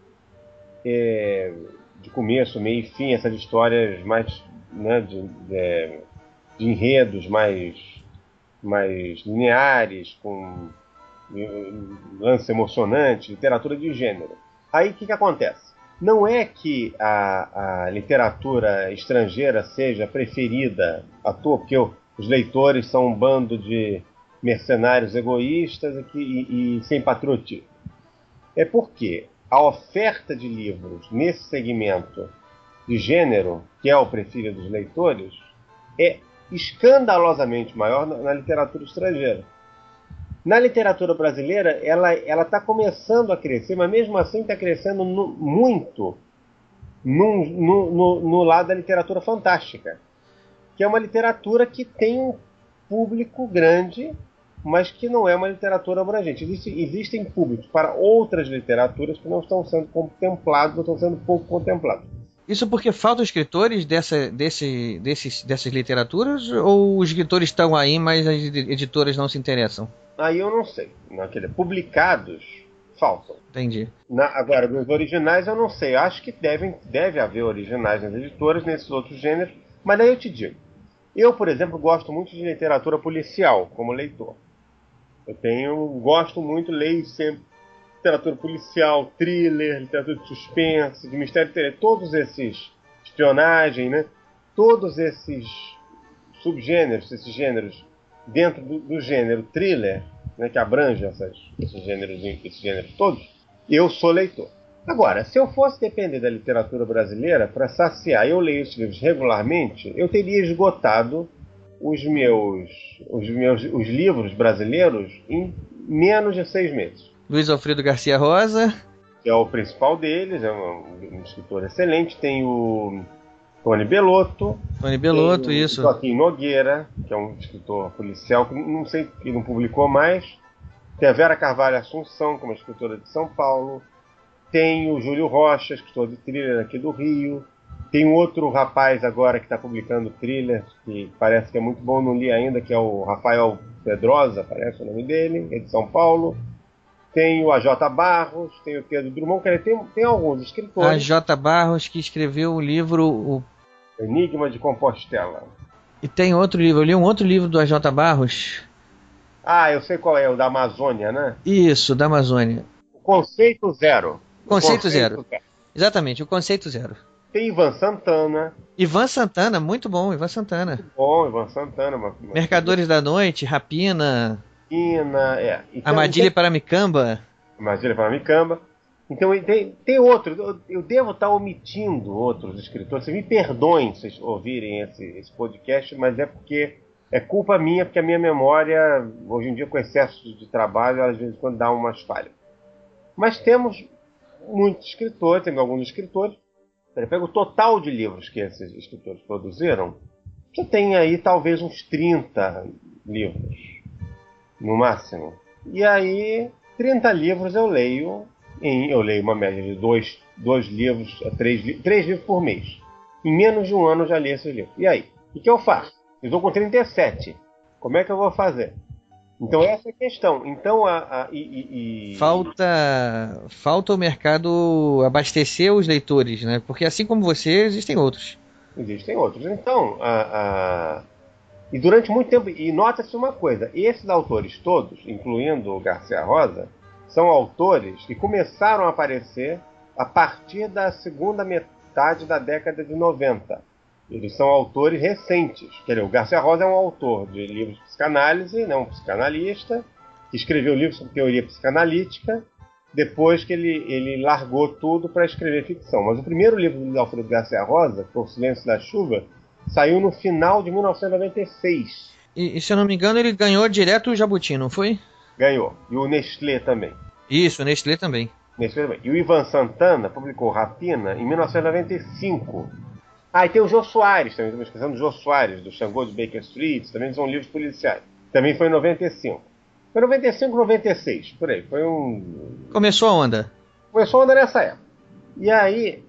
Speaker 6: é, de começo, meio e fim, essas histórias mais, né, de, de, de enredos mais, mais lineares, com lance emocionante, literatura de gênero. Aí o que, que acontece? Não é que a, a literatura estrangeira seja preferida à toa, porque os leitores são um bando de mercenários egoístas e, que, e, e sem patriotismo. É porque a oferta de livros nesse segmento de gênero, que é o preferido dos leitores, é escandalosamente maior na, na literatura estrangeira. Na literatura brasileira, ela ela está começando a crescer, mas mesmo assim está crescendo no, muito no, no, no, no lado da literatura fantástica, que é uma literatura que tem um público grande, mas que não é uma literatura abrangente. Existe, existem públicos para outras literaturas que não estão sendo contemplados, ou estão sendo pouco contemplados.
Speaker 5: Isso porque faltam escritores dessa, desse, desses, dessas literaturas, ou os escritores estão aí, mas as editoras não se interessam?
Speaker 6: Aí eu não sei. Naquele, publicados, faltam.
Speaker 5: Entendi.
Speaker 6: Na, agora, dos originais eu não sei. Acho que devem, deve haver originais nas editoras, nesses outros gêneros. Mas aí eu te digo. Eu, por exemplo, gosto muito de literatura policial, como leitor. Eu tenho, gosto muito, leio sempre literatura policial, thriller, literatura de suspense, de mistério, todos esses, espionagem, né? Todos esses subgêneros, esses gêneros dentro do, do gênero thriller, né, que abrange essas, esses, gêneros, esses gêneros todos, eu sou leitor. Agora, se eu fosse depender da literatura brasileira para saciar, eu leio esses livros regularmente, eu teria esgotado os meus, os meus os livros brasileiros em menos de seis meses.
Speaker 5: Luiz Alfredo Garcia Rosa,
Speaker 6: que é o principal deles, é um, um escritor excelente. Tem o Tony Bellotto.
Speaker 5: Tony Bellotto,
Speaker 6: tem
Speaker 5: isso.
Speaker 6: O Joaquim Nogueira, que é um escritor policial que não sei que não publicou mais. Tem a Vera Carvalho Assunção, que é uma escritora de São Paulo. Tem o Júlio Rocha, escritor de thriller aqui do Rio. Tem um outro rapaz agora que está publicando thriller, que parece que é muito bom, não li ainda, que é o Rafael Pedrosa, parece o nome dele, é de São Paulo. tem o A J Barros, tem o Pedro Drummond, quer dizer, tem, tem alguns escritores.
Speaker 5: A J Barros, que escreveu o livro... O...
Speaker 6: Enigma de Compostela.
Speaker 5: E tem outro livro, eu li um outro livro do A J Barros.
Speaker 6: Ah, eu sei qual é, o da Amazônia, né?
Speaker 5: Isso, da Amazônia.
Speaker 6: O Conceito Zero.
Speaker 5: Conceito,
Speaker 6: Conceito
Speaker 5: zero.
Speaker 6: Zero.
Speaker 5: Exatamente, o Conceito Zero.
Speaker 6: Tem Ivan Santana.
Speaker 5: Ivan Santana, muito bom, Ivan Santana.
Speaker 6: Bom, Ivan Santana. Uma, uma...
Speaker 5: Mercadores da Noite, Rapina,
Speaker 6: Ina, é. Então,
Speaker 5: Armadilha
Speaker 6: tem...
Speaker 5: para Micamba.
Speaker 6: Armadilha para Micamba. Então tem, tem outro, eu, eu devo estar omitindo outros escritores. Vocês me perdoem se vocês ouvirem esse, esse podcast, mas é porque é culpa minha, porque a minha memória, hoje em dia com excesso de trabalho, às vezes quando dá umas falhas. Mas temos muitos escritores, temos alguns escritores. Você pega o total de livros que esses escritores produziram, você tem aí talvez uns trinta livros, no máximo. E aí, trinta livros eu leio, em, eu leio uma média de dois, dois livros, três, três livros por mês. Em menos de um ano eu já li esses livros. E aí? O que eu faço? Eu estou com trinta e sete. Como é que eu vou fazer? Então essa é a questão. Então a, a e, e, e...
Speaker 5: falta falta o mercado abastecer os leitores, né? Porque assim como você, existem outros.
Speaker 6: Existem outros. Então a, a... e durante muito tempo, e nota-se uma coisa: esses autores todos, incluindo o Garcia Rosa, são autores que começaram a aparecer a partir da segunda metade da década de noventa. Eles são autores recentes. Quer dizer, o Garcia Rosa é um autor de livros de psicanálise, né, um psicanalista, que escreveu livros sobre teoria psicanalítica, depois que ele, ele largou tudo para escrever ficção. Mas o primeiro livro do Alfredo Garcia Rosa, O Silêncio da Chuva, saiu no final de mil novecentos e noventa e seis.
Speaker 5: E, e se eu não me engano, ele ganhou direto o Jabuti, não foi?
Speaker 6: Ganhou. E o Nestlé também.
Speaker 5: Isso, o Nestlé também.
Speaker 6: Nestlé também. E o Ivan Santana publicou Rapina em mil novecentos e noventa e cinco. Ah, e tem o Jô Soares também, estamos esquecendo do Jô Soares, do Xangô de Baker Street, também são livros policiais. Também foi em noventa e cinco. Foi noventa e cinco, noventa e seis, por aí. Foi um...
Speaker 5: Começou a onda.
Speaker 6: Começou a onda nessa época. E aí,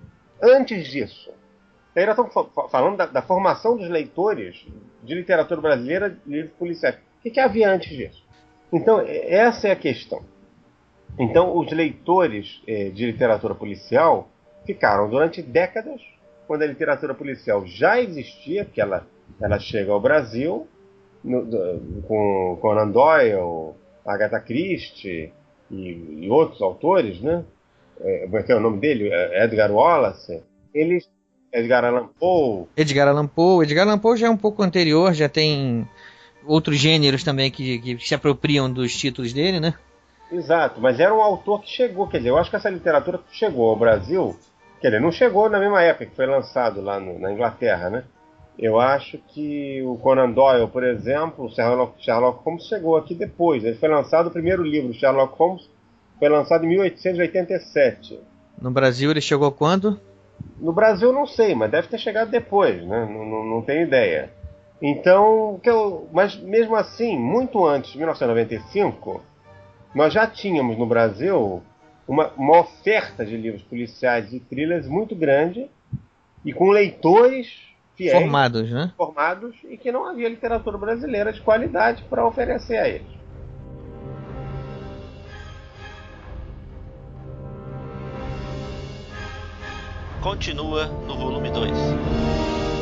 Speaker 6: antes disso, aí nós estamos falando da, da formação dos leitores de literatura brasileira de livros policiais. O que, que havia antes disso? Então, essa é a questão. Então, os leitores eh, de literatura policial ficaram durante décadas, quando a literatura policial já existia, porque ela, ela chega ao Brasil, no, do, com Conan Doyle, Agatha Christie e, e outros autores, né? É, como é que é o nome dele? Edgar Wallace. Eles, Edgar Allan Poe.
Speaker 5: Edgar Allan Poe. Edgar Allan Poe já é um pouco anterior, já tem outros gêneros também que, que se apropriam dos títulos dele, né?
Speaker 6: Exato, mas era um autor que chegou, quer dizer, eu acho que essa literatura chegou ao Brasil. Quer dizer, não chegou na mesma época que foi lançado lá no, na Inglaterra, né? Eu acho que o Conan Doyle, por exemplo, o Sherlock, Sherlock Holmes chegou aqui depois. Ele foi lançado, o primeiro livro, Sherlock Holmes, foi lançado em mil oitocentos e oitenta e sete.
Speaker 5: No Brasil ele chegou quando?
Speaker 6: No Brasil não sei, mas deve ter chegado depois, né? Não, não, não tenho ideia. Então, que eu, mas mesmo assim, muito antes de mil novecentos e noventa e cinco, nós já tínhamos no Brasil Uma, uma oferta de livros policiais e thrillers muito grande e com leitores fiéis,
Speaker 5: formados, né?
Speaker 6: formados e que não havia literatura brasileira de qualidade para oferecer a eles.
Speaker 7: Continua no volume dois.